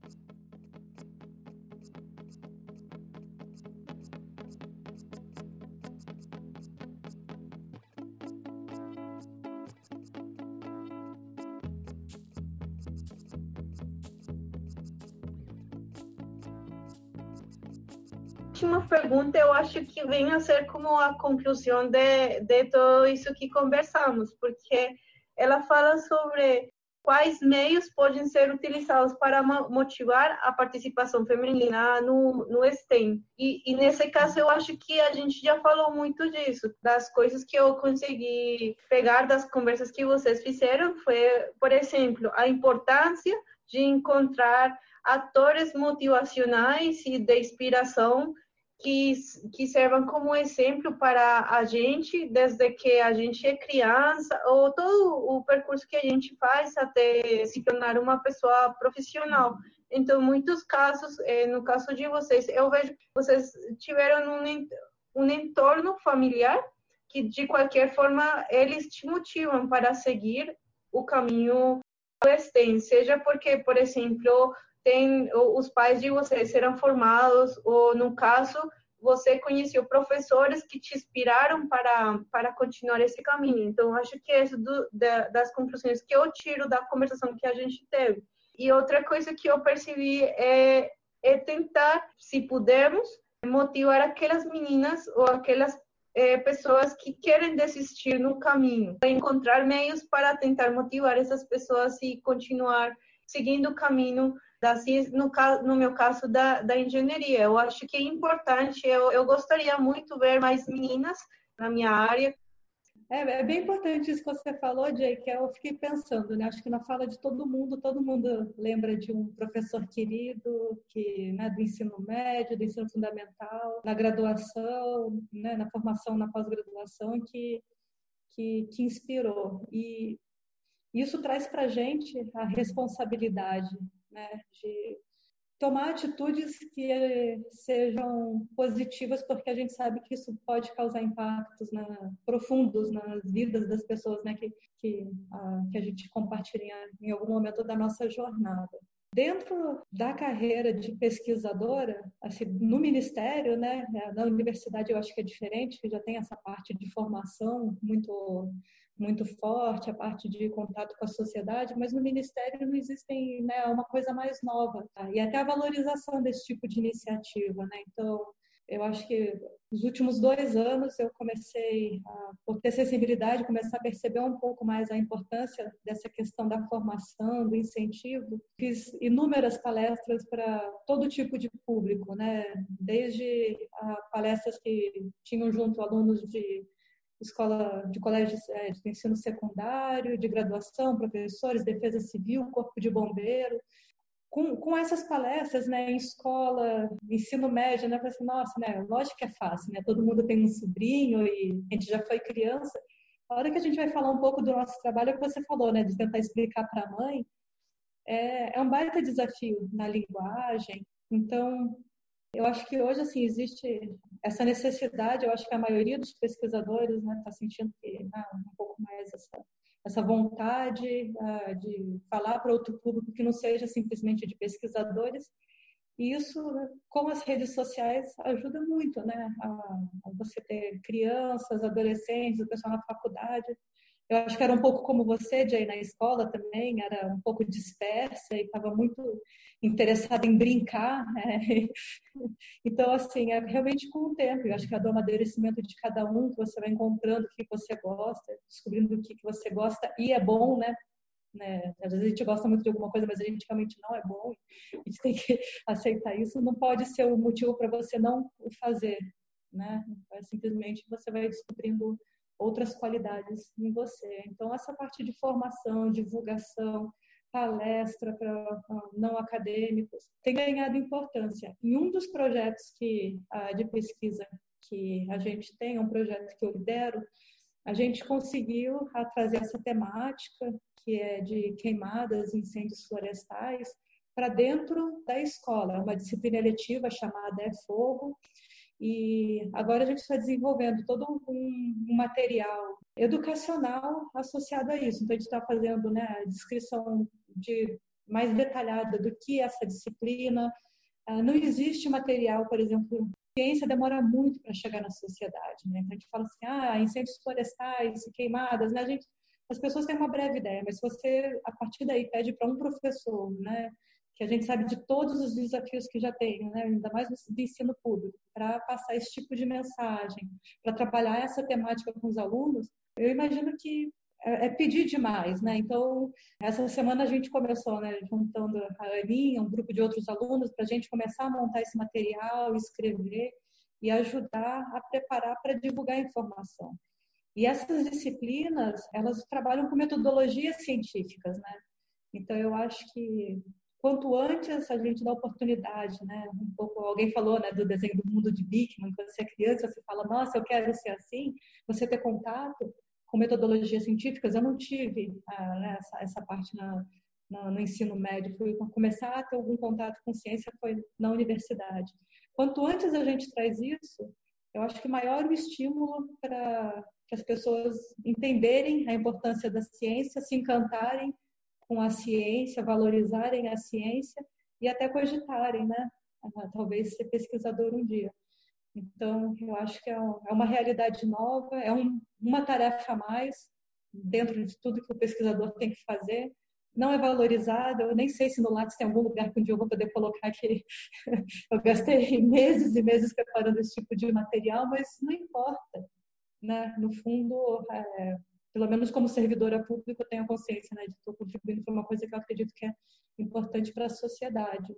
S2: Última pergunta, eu acho que vem a ser como a conclusão de, de tudo isso que conversamos, porque ela fala sobre quais meios podem ser utilizados para motivar a participação feminina no, no STEM. E, e nesse caso, eu acho que a gente já falou muito disso. Das coisas que eu consegui pegar das conversas que vocês fizeram foi, por exemplo, a importância de encontrar atores motivacionais e de inspiração que, que servam como exemplo para a gente, desde que a gente é criança, ou todo o percurso que a gente faz até se tornar uma pessoa profissional. Então, muitos casos, no caso de vocês, eu vejo que vocês tiveram um, um entorno familiar que, de qualquer forma, eles te motivam para seguir o caminho STEM, seja porque, por exemplo, tem, os pais de vocês eram formados, ou, no caso, você conheceu professores que te inspiraram para, para continuar esse caminho. Então, acho que é do, da, das conclusões que eu tiro da conversação que a gente teve. E outra coisa que eu percebi é, é tentar, se pudermos, motivar aquelas meninas ou aquelas é, pessoas que querem desistir no caminho, encontrar meios para tentar motivar essas pessoas e continuar seguindo o caminho da ciência, no, no meu caso, da, da engenharia. Eu acho que é importante, eu, eu gostaria muito de ver mais meninas na minha área.
S3: É, é bem importante isso que você falou, Jay, que eu fiquei pensando, né? Acho que na fala de todo mundo, todo mundo lembra de um professor querido, que, né, do ensino médio, do ensino fundamental, na graduação, né, na formação, na pós-graduação, que, que, que inspirou. E isso traz para a gente a responsabilidade, né, de tomar atitudes que sejam positivas, porque a gente sabe que isso pode causar impactos, né, profundos nas vidas das pessoas, né, que, que, a, que a gente compartilha em algum momento da nossa jornada. Dentro da carreira de pesquisadora, assim, no Ministério, né, na universidade eu acho que é diferente, que já tem essa parte de formação muito muito forte, a parte de contato com a sociedade, mas no Ministério não existe, né, uma coisa mais nova, tá? E até a valorização desse tipo de iniciativa, né? Então, eu acho que nos últimos dois anos eu comecei a, por ter sensibilidade, começar a perceber um pouco mais a importância dessa questão da formação, do incentivo. Fiz inúmeras palestras para todo tipo de público, né? Desde a, palestras que tinham junto alunos de escola de colégio de ensino secundário, de graduação, professores, defesa civil, corpo de bombeiro. Com, com essas palestras, né, em escola, ensino médio, né, eu falei assim, nossa, né, lógico que é fácil, né, todo mundo tem um sobrinho e a gente já foi criança. A hora que a gente vai falar um pouco do nosso trabalho, é o que você falou, né, de tentar explicar para a mãe, é, é um baita desafio na linguagem. Então, eu acho que hoje, assim, existe essa necessidade, eu acho que a maioria dos pesquisadores está, né, sentindo que, né, um pouco mais essa, essa vontade uh, de falar para outro público que não seja simplesmente de pesquisadores. E isso, com as redes sociais, ajuda muito, né, a, a você ter crianças, adolescentes, o pessoal na faculdade. Eu acho que era um pouco como você, Jay, na escola também, era um pouco dispersa e estava muito interessada em brincar, né? Então, assim, é realmente com o tempo. Eu acho que é do amadurecimento de cada um, que você vai encontrando o que você gosta, descobrindo o que você gosta e é bom, né? né? Às vezes a gente gosta muito de alguma coisa, mas a gente realmente não é bom. A gente tem que aceitar isso. Não pode ser o motivo para você não o fazer, né? É simplesmente você vai descobrindo outras qualidades em você. Então, essa parte de formação, divulgação, palestra para não acadêmicos, tem ganhado importância. Em um dos projetos que, de pesquisa que a gente tem, um projeto que eu lidero, a gente conseguiu trazer essa temática, que é de queimadas e incêndios florestais, para dentro da escola. É uma disciplina eletiva chamada É Fogo, e agora a gente está desenvolvendo todo um, um material educacional associado a isso. Então, a gente está fazendo, né, a descrição de, mais detalhada do que é essa disciplina. Ah, não existe material, por exemplo, ciência demora muito para chegar na sociedade, né? Então, a gente fala assim, ah, incêndios florestais, queimadas, né? A gente, as pessoas têm uma breve ideia, mas se você, a partir daí, pede para um professor, né, que a gente sabe de todos os desafios que já tem, né, ainda mais no ensino público, para passar esse tipo de mensagem, para trabalhar essa temática com os alunos, eu imagino que é, é pedir demais, né? Então, essa semana a gente começou, né, juntando a Aninha, um grupo de outros alunos, para a gente começar a montar esse material, escrever e ajudar a preparar para divulgar a informação. E essas disciplinas, elas trabalham com metodologias científicas, né? Então, eu acho que quanto antes a gente dá oportunidade, né? Um pouco, alguém falou, né, do desenho do mundo de Beckman, quando você é criança, você fala, nossa, eu quero ser assim, você ter contato com metodologias científicas. Eu não tive ah, né, essa, essa parte na, no, no ensino médio, fui começar a ter algum contato com ciência foi na universidade. Quanto antes a gente traz isso, eu acho que maior o estímulo para que as pessoas entenderem a importância da ciência, se encantarem com a ciência, valorizarem a ciência e até cogitarem, né? Talvez ser pesquisador um dia. Então, eu acho que é uma realidade nova, é um, uma tarefa a mais dentro de tudo que o pesquisador tem que fazer. Não é valorizado, eu nem sei se no Lattes tem algum lugar que um dia eu vou poder colocar que eu gastei meses e meses preparando esse tipo de material, mas não importa, né? No fundo, é, pelo menos como servidora pública, eu tenho a consciência, né, de estou contribuindo para uma coisa que eu acredito que é importante para a sociedade.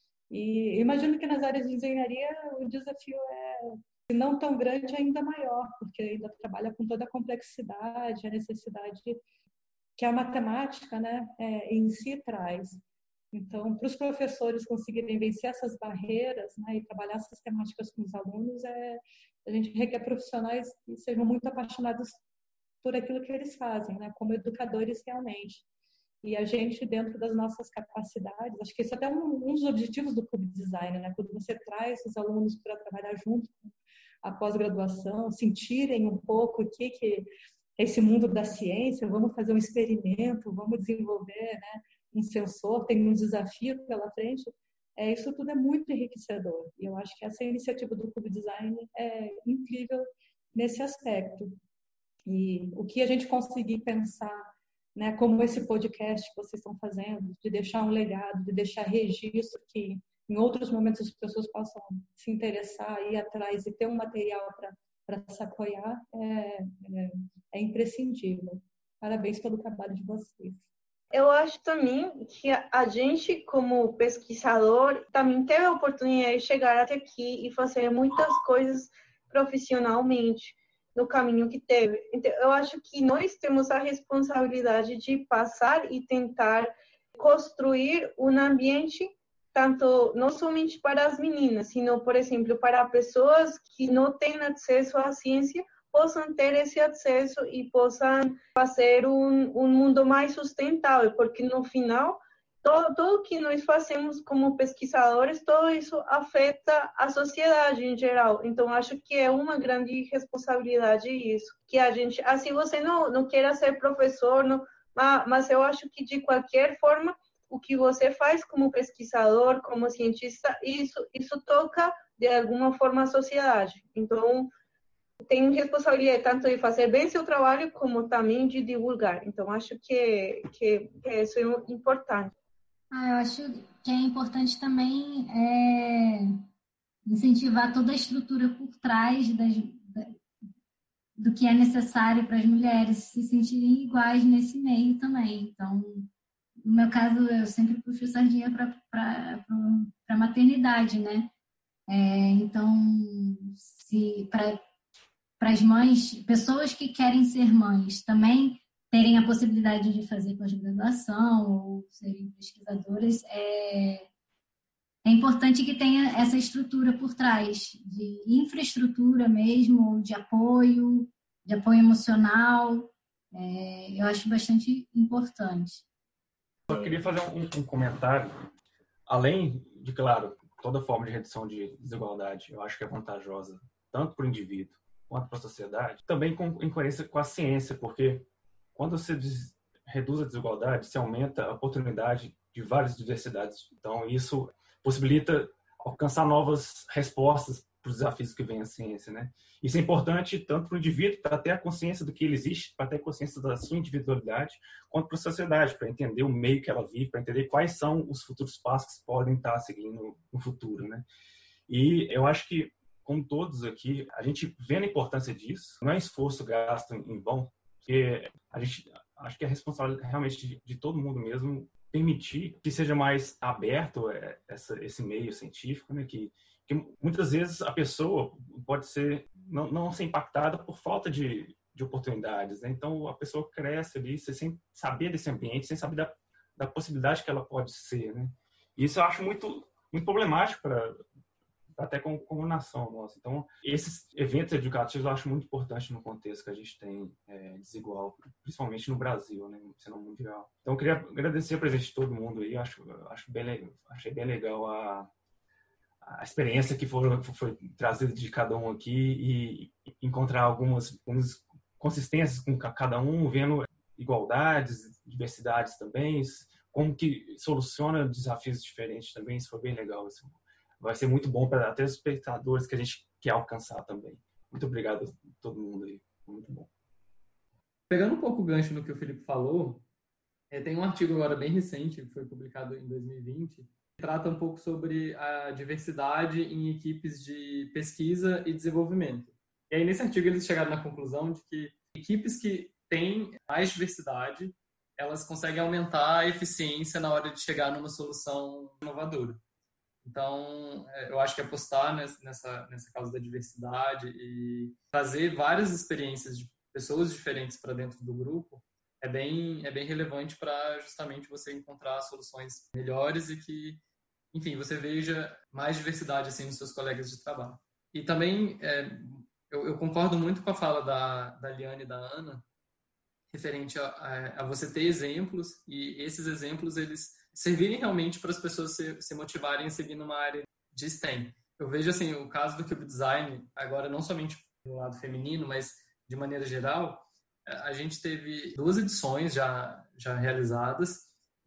S3: E imagino que nas áreas de engenharia o desafio é, se não tão grande, ainda maior, porque ainda trabalha com toda a complexidade, a necessidade que a matemática, né, é, em si traz. Então, para os professores conseguirem vencer essas barreiras, né, e trabalhar essas temáticas com os alunos, é, a gente requer profissionais que sejam muito apaixonados por aquilo que eles fazem, né, como educadores realmente. E a gente, dentro das nossas capacidades, acho que esse é até um, um dos objetivos do Clube Design, né? Quando você traz os alunos para trabalhar junto com a pós-graduação, sentirem um pouco o que, que é esse mundo da ciência, vamos fazer um experimento, vamos desenvolver, né, um sensor, tem um desafio pela frente, é, isso tudo é muito enriquecedor. E eu acho que essa iniciativa do Clube Design é incrível nesse aspecto. E o que a gente conseguir pensar, né, como esse podcast que vocês estão fazendo, de deixar um legado, de deixar registro que em outros momentos as pessoas possam se interessar, ir atrás e ter um material para se apoiar, é, é, é imprescindível. Parabéns pelo trabalho de vocês.
S2: Eu acho também que a gente, como pesquisador, também teve a oportunidade de chegar até aqui e fazer muitas coisas profissionalmente no caminho que teve. Então, eu acho que nós temos a responsabilidade de passar e tentar construir um ambiente tanto não somente para as meninas, sino, por exemplo, para pessoas que não têm acesso à ciência, possam ter esse acesso e possam fazer um, um mundo mais sustentável, porque no final Todo, tudo que nós fazemos como pesquisadores, tudo isso afeta a sociedade em geral. Então, acho que é uma grande responsabilidade isso. Que a gente, assim, você não, não queira ser professor, não, mas eu acho que, de qualquer forma, o que você faz como pesquisador, como cientista, isso, isso toca, de alguma forma, a sociedade. Então, tem responsabilidade tanto de fazer bem seu trabalho, como também de divulgar. Então, acho que, que, que isso é importante.
S4: Ah, eu acho que é importante também é, incentivar toda a estrutura por trás das, da, do que é necessário para as mulheres se sentirem iguais nesse meio também. Então, no meu caso, eu sempre puxo sardinha para a maternidade, né? É, então, se para as mães, pessoas que querem ser mães também terem a possibilidade de fazer pós-graduação ou serem pesquisadoras, é, é importante que tenha essa estrutura por trás, de infraestrutura mesmo, de apoio, de apoio emocional. É, eu acho bastante importante.
S7: Eu queria fazer um, um comentário. Além de, claro, toda forma de redução de desigualdade, eu acho que é vantajosa, tanto para o indivíduo quanto para a sociedade, também com, em coerência com a ciência, porque quando você des, reduz a desigualdade, você aumenta a oportunidade de várias diversidades. Então, isso possibilita alcançar novas respostas para os desafios que vem a ciência, né? Isso é importante tanto para o indivíduo, para ter a consciência do que ele existe, para ter a consciência da sua individualidade, quanto para a sociedade, para entender o meio que ela vive, para entender quais são os futuros passos que podem estar seguindo no futuro, né? E eu acho que, como todos aqui, a gente vê a importância disso, não é esforço gasto em vão, porque a gente acho que é responsabilidade realmente de, de todo mundo mesmo permitir que seja mais aberto essa, esse meio científico, né? Que, que muitas vezes a pessoa pode ser não, não ser impactada por falta de, de oportunidades, né? Então a pessoa cresce ali sem saber desse ambiente, sem saber da, da possibilidade que ela pode ser, né? E isso eu acho muito muito problemático para até como, como nação nossa. Então, esses eventos educativos eu acho muito importante no contexto que a gente tem é, desigual, principalmente no Brasil, né, no cenário mundial. Então, eu queria agradecer a presença de todo mundo aí, acho, acho bem, achei bem legal a, a experiência que foi, foi trazida de cada um aqui e encontrar algumas, algumas consistências com cada um, vendo igualdades, diversidades também, como que soluciona desafios diferentes também, isso foi bem legal. Isso vai ser muito bom para até os espectadores que a gente quer alcançar também. Muito obrigado a todo mundo aí, muito bom.
S5: Pegando um pouco o gancho no que o Felipe falou, é, tem um artigo agora bem recente, que foi publicado em dois mil e vinte, que trata um pouco sobre a diversidade em equipes de pesquisa e desenvolvimento. E aí, nesse artigo, eles chegaram na conclusão de que equipes que têm mais diversidade, elas conseguem aumentar a eficiência na hora de chegar numa solução inovadora. Então, eu acho que apostar nessa, nessa causa da diversidade e trazer várias experiências de pessoas diferentes para dentro do grupo é bem, é bem relevante para justamente você encontrar soluções melhores e que, enfim, você veja mais diversidade assim, nos seus colegas de trabalho. E também, é, eu, eu concordo muito com a fala da, da Liane e da Ana, referente a, a, a você ter exemplos e esses exemplos, eles servirem realmente para as pessoas se, se motivarem a seguir numa área de STEM. Eu vejo, assim, o caso do Cube Design, agora não somente do lado feminino, mas de maneira geral, a gente teve duas edições já, já realizadas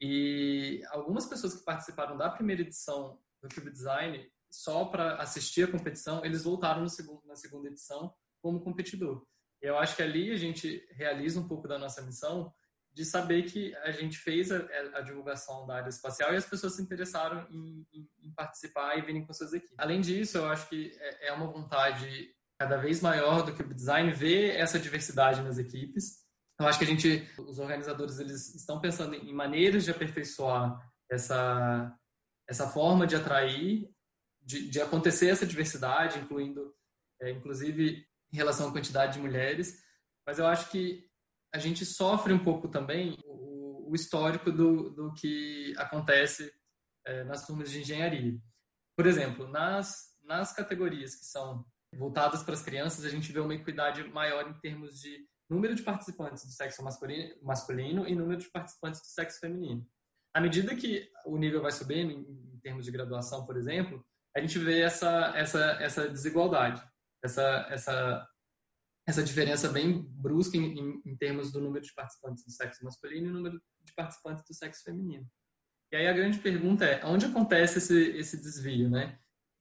S5: e algumas pessoas que participaram da primeira edição do Cube Design, só para assistir a competição, eles voltaram no segundo, na segunda edição como competidor. Eu acho que ali a gente realiza um pouco da nossa missão de saber que a gente fez a, a divulgação da área espacial e as pessoas se interessaram em, em, em participar e virem com suas equipes. Além disso, eu acho que é, é uma vontade cada vez maior do Cube Design ver essa diversidade nas equipes. Eu acho que a gente, os organizadores, eles estão pensando em maneiras de aperfeiçoar essa, essa forma de atrair, de, de acontecer essa diversidade, incluindo, é, inclusive, em relação à quantidade de mulheres, mas eu acho que a gente sofre um pouco também o, o histórico do, do que acontece é, nas turmas de engenharia. Por exemplo, nas, nas categorias que são voltadas para as crianças, a gente vê uma equidade maior em termos de número de participantes do sexo masculino, masculino e número de participantes do sexo feminino. À medida que o nível vai subindo, em, em termos de graduação, por exemplo, a gente vê essa, essa, essa desigualdade. Essa, essa, essa diferença bem brusca em, em, em termos do número de participantes do sexo masculino e número de participantes do sexo feminino. E aí a grande pergunta é, onde acontece esse, esse desvio, né?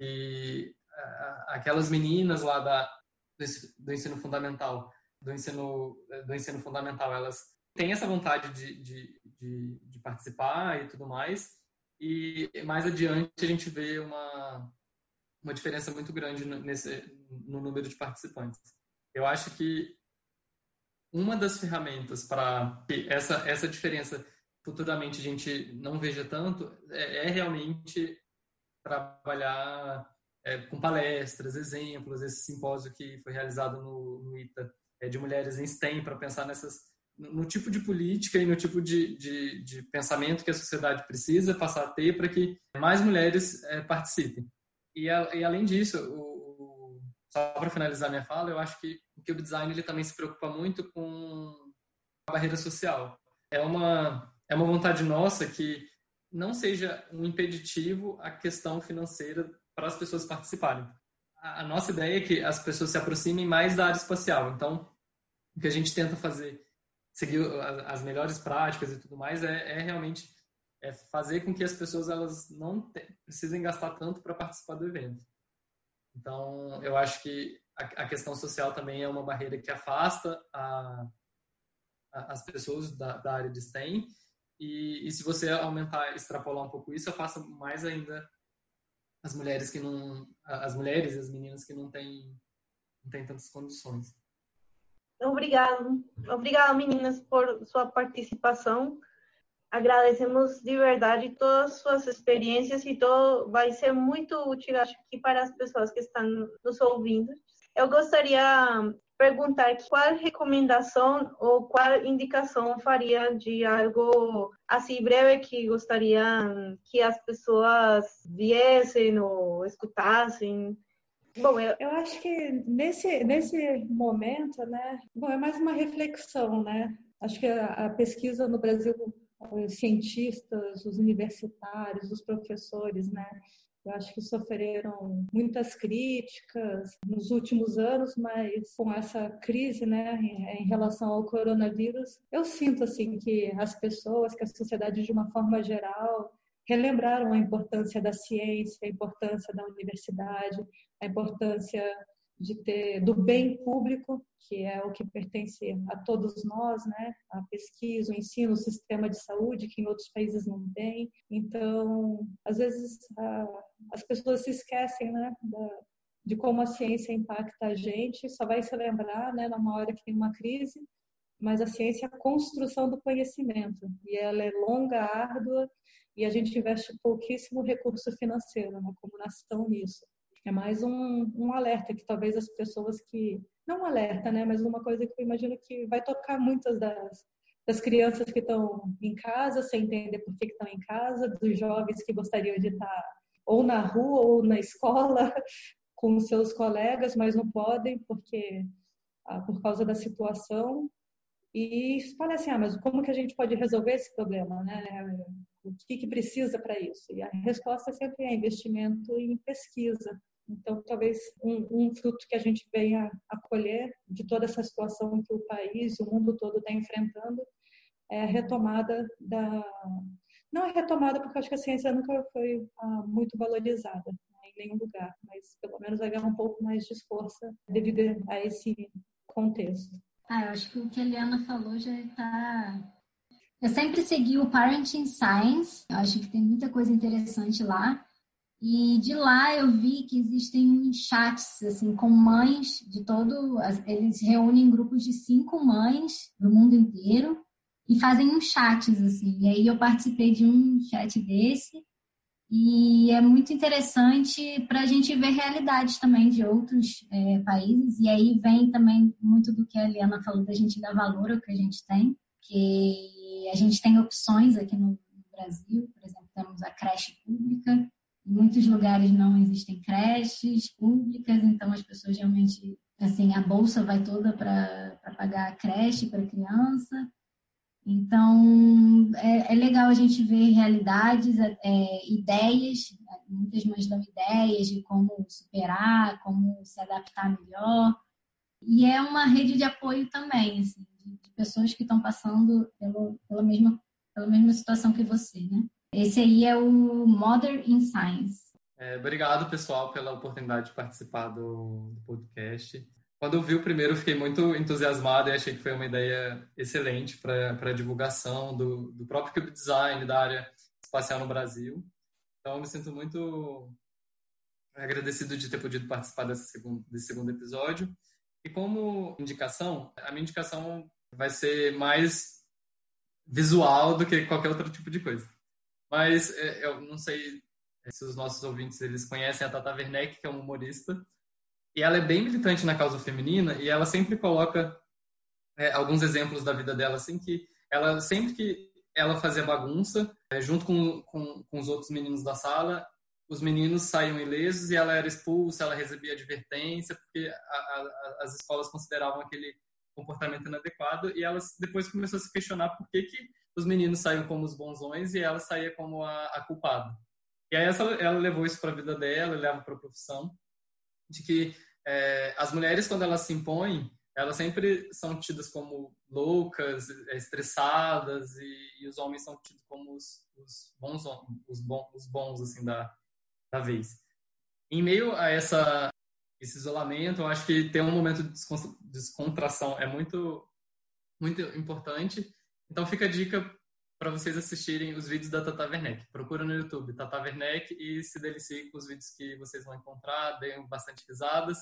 S5: E a, aquelas meninas lá da, do, do ensino fundamental, do ensino, do ensino fundamental, elas têm essa vontade de, de, de, de participar e tudo mais, e mais adiante a gente vê uma... uma diferença muito grande nesse, no número de participantes. Eu acho que uma das ferramentas para que essa, essa diferença futuramente a gente não veja tanto é, é realmente trabalhar é, com palestras, exemplos, esse simpósio que foi realizado no, no I T A é, de mulheres em STEM, para pensar nessas, no tipo de política e no tipo de, de, de pensamento que a sociedade precisa passar a ter para que mais mulheres é, participem. E, a, e além disso, o, o, só para finalizar minha fala, eu acho que o Cube Design ele também se preocupa muito com a barreira social. É uma, é uma vontade nossa que não seja um impeditivo a questão financeira para as pessoas participarem. A, a nossa ideia é que as pessoas se aproximem mais da área espacial. Então, o que a gente tenta fazer, seguir as, as melhores práticas e tudo mais, é, é realmente é fazer com que as pessoas elas não te, precisem gastar tanto para participar do evento. Então, eu acho que a, a questão social também é uma barreira que afasta a, a, as pessoas da, da área de STEM e, e se você aumentar, extrapolar um pouco isso, afasta mais ainda as mulheres que não, as mulheres e as meninas que não têm, não têm tantas condições.
S2: Obrigado. Obrigada, meninas, por sua participação. Agradecemos de verdade todas as suas experiências e todo vai ser muito útil, acho que para as pessoas que estão nos ouvindo. Eu gostaria perguntar qual recomendação ou qual indicação faria de algo assim breve que gostariam que as pessoas viessem ou escutassem.
S3: Bom, eu, eu acho que nesse, nesse momento, né, bom, é mais uma reflexão, né? Acho que a, a pesquisa no Brasil, os cientistas, os universitários, os professores, né, eu acho que sofreram muitas críticas nos últimos anos, mas com essa crise, né, em, em relação ao coronavírus, eu sinto assim que as pessoas, que a sociedade de uma forma geral relembraram a importância da ciência, a importância da universidade, a importância de ter do bem público, que é o que pertence a todos nós, né? A pesquisa, o ensino, o sistema de saúde, que em outros países não tem. Então, às vezes, a, as pessoas se esquecem, né, da, de como a ciência impacta a gente, só vai se lembrar, né, numa hora que tem uma crise, mas a ciência é a construção do conhecimento, e ela é longa, árdua, e a gente investe pouquíssimo recurso financeiro, né, como nação nisso. É mais um, um alerta que talvez as pessoas que... Não um alerta, né? Mas uma coisa que eu imagino que vai tocar muitas das, das crianças que estão em casa, sem entender por que estão em casa, dos jovens que gostariam de estar ou na rua ou na escola com seus colegas, mas não podem porque, ah, por causa da situação. E fala assim, ah, mas como que a gente pode resolver esse problema, né? O que, que precisa para isso? E a resposta sempre é investimento em pesquisa. Então, talvez um, um fruto que a gente venha a colher de toda essa situação que o país e o mundo todo está enfrentando é a retomada da... Não a retomada, porque eu acho que a ciência nunca foi ah, muito valorizada, né, em nenhum lugar, mas pelo menos vai ganhar um pouco mais de força devido a esse contexto.
S4: Ah, eu acho que o que a Eliana falou já está... Eu sempre segui o Parenting Science, eu acho que tem muita coisa interessante lá. E de lá eu vi que existem chats assim, com mães de todo... Eles reúnem grupos de cinco mães do mundo inteiro e fazem uns chats, assim. E aí eu participei de um chat desse e é muito interessante para a gente ver realidades também de outros é, países. E aí vem também muito do que a Eliana falou, da gente dar valor ao que a gente tem. Que a gente tem opções aqui no Brasil, por exemplo, temos a creche pública, em muitos lugares não existem creches públicas, então as pessoas realmente, assim, a bolsa vai toda para pagar a creche para a criança. Então, é, é legal a gente ver realidades, é, ideias, muitas mães dão ideias de como superar, como se adaptar melhor. E é uma rede de apoio também, assim, de pessoas que estão passando pelo, pela, mesma, pela mesma situação que você, né? Esse aí é o Mother in Science.
S5: É, obrigado, pessoal, pela oportunidade de participar do, do podcast. Quando eu vi o primeiro, eu fiquei muito entusiasmado e achei que foi uma ideia excelente para a divulgação do, do próprio Cube Design, da área espacial no Brasil. Então, eu me sinto muito agradecido de ter podido participar desse segundo, desse segundo episódio. E como indicação, a minha indicação vai ser mais visual do que qualquer outro tipo de coisa. Mas eu não sei se os nossos ouvintes eles conhecem a Tata Werneck, que é uma humorista, e ela é bem militante na causa feminina, e ela sempre coloca é, alguns exemplos da vida dela, assim, que ela sempre que ela fazia bagunça, é, junto com, com, com os outros meninos da sala, os meninos saíam ilesos e ela era expulsa, ela recebia advertência, porque a, a, as escolas consideravam aquele comportamento inadequado, e ela depois começou a se questionar por que, que os meninos saíam como os bonzões e ela saía como a, a culpada. E aí essa, ela levou isso para a vida dela, leva para a profissão, de que é, as mulheres, quando elas se impõem, elas sempre são tidas como loucas, estressadas, e, e os homens são tidos como os, os bons, os bons, os bons assim, da, da vez. Em meio a essa, esse isolamento, eu acho que ter um momento de descontração é muito, muito importante. Então fica a dica para vocês assistirem os vídeos da Tata Werneck. Procura no YouTube Tata Werneck e se deliciem com os vídeos que vocês vão encontrar, deem bastante risadas.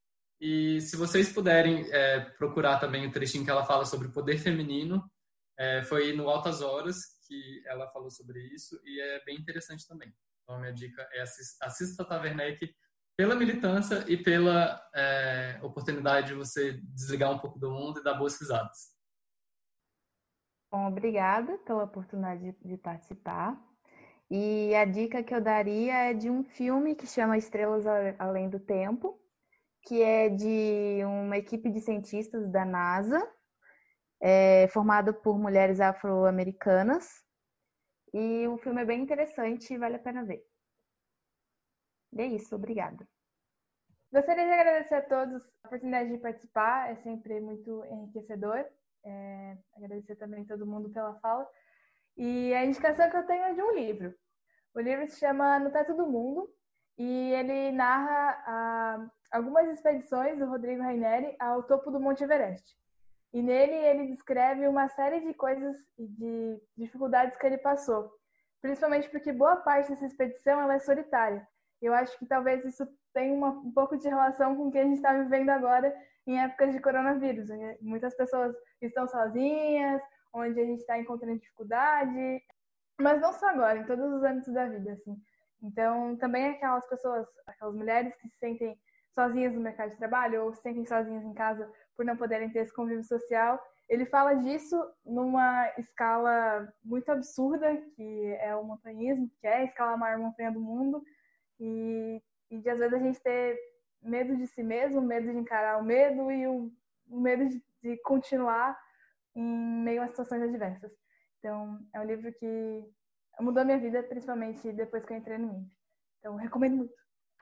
S5: E se vocês puderem é, procurar também o trechinho que ela fala sobre o poder feminino, é, foi no Altas Horas que ela falou sobre isso e é bem interessante também. Então a minha dica é assista, assista Tata Werneck pela militância e pela é, oportunidade de você desligar um pouco do mundo e dar boas risadas.
S6: Bom, obrigada pela oportunidade de, de participar. E a dica que eu daria é de um filme que chama Estrelas Além do Tempo, que é de uma equipe de cientistas da NASA, é, formada por mulheres afro-americanas. E o filme é bem interessante e vale a pena ver. E é isso, obrigada.
S8: Gostaria de agradecer a todos a oportunidade de participar, é sempre muito enriquecedor. É, agradecer também a todo mundo pela fala. E a indicação que eu tenho é de um livro. O livro se chama No Teto do Mundo e ele narra a, algumas expedições do Rodrigo Raineri ao topo do Monte Everest. E nele ele descreve uma série de coisas e de dificuldades que ele passou. Principalmente porque boa parte dessa expedição ela é solitária. Eu acho que talvez isso tenha uma, um pouco de relação com o que a gente está vivendo agora em épocas de coronavírus. Muitas pessoas estão sozinhas, onde a gente está encontrando dificuldade, mas não só agora, em todos os âmbitos da vida, assim. Então, também aquelas pessoas, aquelas mulheres que se sentem sozinhas no mercado de trabalho ou se sentem sozinhas em casa por não poderem ter esse convívio social, ele fala disso numa escala muito absurda, que é o montanhismo, que é a escala a maior montanha do mundo, e, e de às vezes a gente ter medo de si mesmo, medo de encarar o medo e o, o medo de, de continuar em meio a situações adversas. Então, é um livro que mudou a minha vida, principalmente depois que eu entrei no I N P. Então, recomendo muito.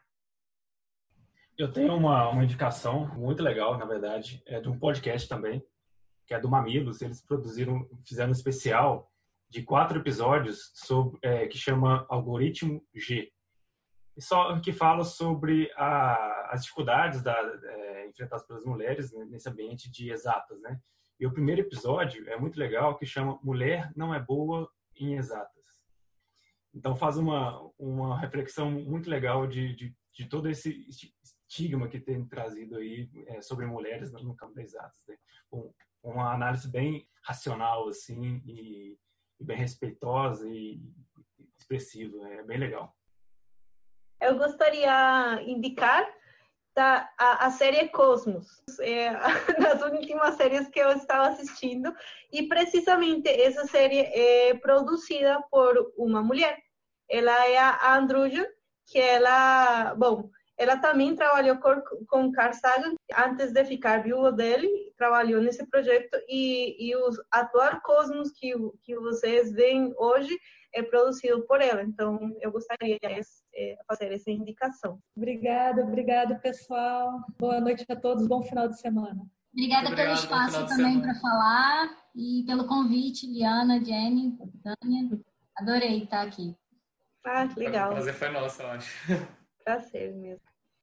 S7: Eu tenho uma, uma indicação muito legal, na verdade, é de um podcast também, que é do Mamilos. Eles produziram, fizeram um especial de quatro episódios sobre, é, que chama Algoritmo G. E só que fala sobre a, as dificuldades da, é, enfrentadas pelas mulheres, né, nesse ambiente de exatas, né? E o primeiro episódio é muito legal, que chama Mulher Não é Boa em Exatas. Então faz uma, uma reflexão muito legal de, de, de todo esse estigma que tem trazido aí é, sobre mulheres no campo das exatas, né? Um, uma análise bem racional assim, e, e bem respeitosa e expressiva. É bem legal.
S2: Eu gostaria de indicar da, a, a série Cosmos, é das últimas séries que eu estava assistindo, e precisamente essa série é produzida por uma mulher. Ela é a Androgen, que ela, bom, ela também trabalhou com, com Carl Sagan antes de ficar viúva dele, trabalhou nesse projeto, e, e o atual Cosmos que, que vocês veem hoje é produzido por ela. Então, eu gostaria de é, fazer essa indicação.
S3: Obrigada, obrigada, pessoal. Boa noite a todos, bom final de semana.
S4: Obrigada
S5: Muito
S4: pelo
S5: obrigado,
S4: espaço também para falar e pelo convite, Liana, Jenny, Tânia. Adorei estar aqui.
S2: Ah, que legal.
S5: O prazer foi nosso, eu acho.
S2: Prazer mesmo.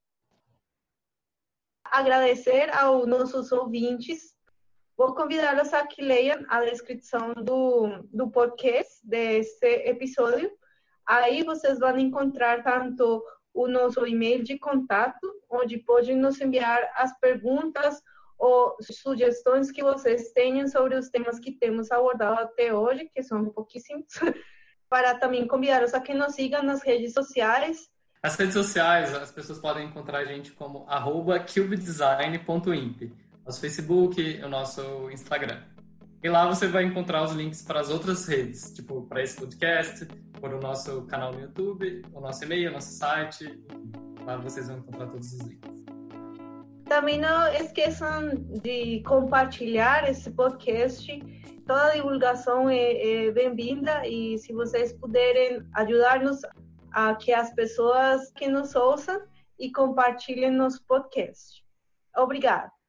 S2: Agradecer aos nossos ouvintes. Vou convidá-los a que leiam a descrição do, do podcast desse episódio. Aí vocês vão encontrar tanto o nosso e-mail de contato, onde podem nos enviar as perguntas ou sugestões que vocês tenham sobre os temas que temos abordado até hoje, que são pouquíssimos, para também convidá-los a que nos sigam nas redes sociais.
S5: As redes sociais, as pessoas podem encontrar a gente como arroba cubedesign ponto imp. Nosso Facebook, o nosso Instagram. E lá você vai encontrar os links para as outras redes, tipo para esse podcast, para o nosso canal no YouTube, o nosso e-mail, o nosso site. Lá vocês vão encontrar todos os links.
S2: Também não esqueçam de compartilhar esse podcast. Toda a divulgação é, é bem-vinda, e se vocês puderem ajudar-nos a que as pessoas que nos ouçam e compartilhem nos podcasts. Obrigada.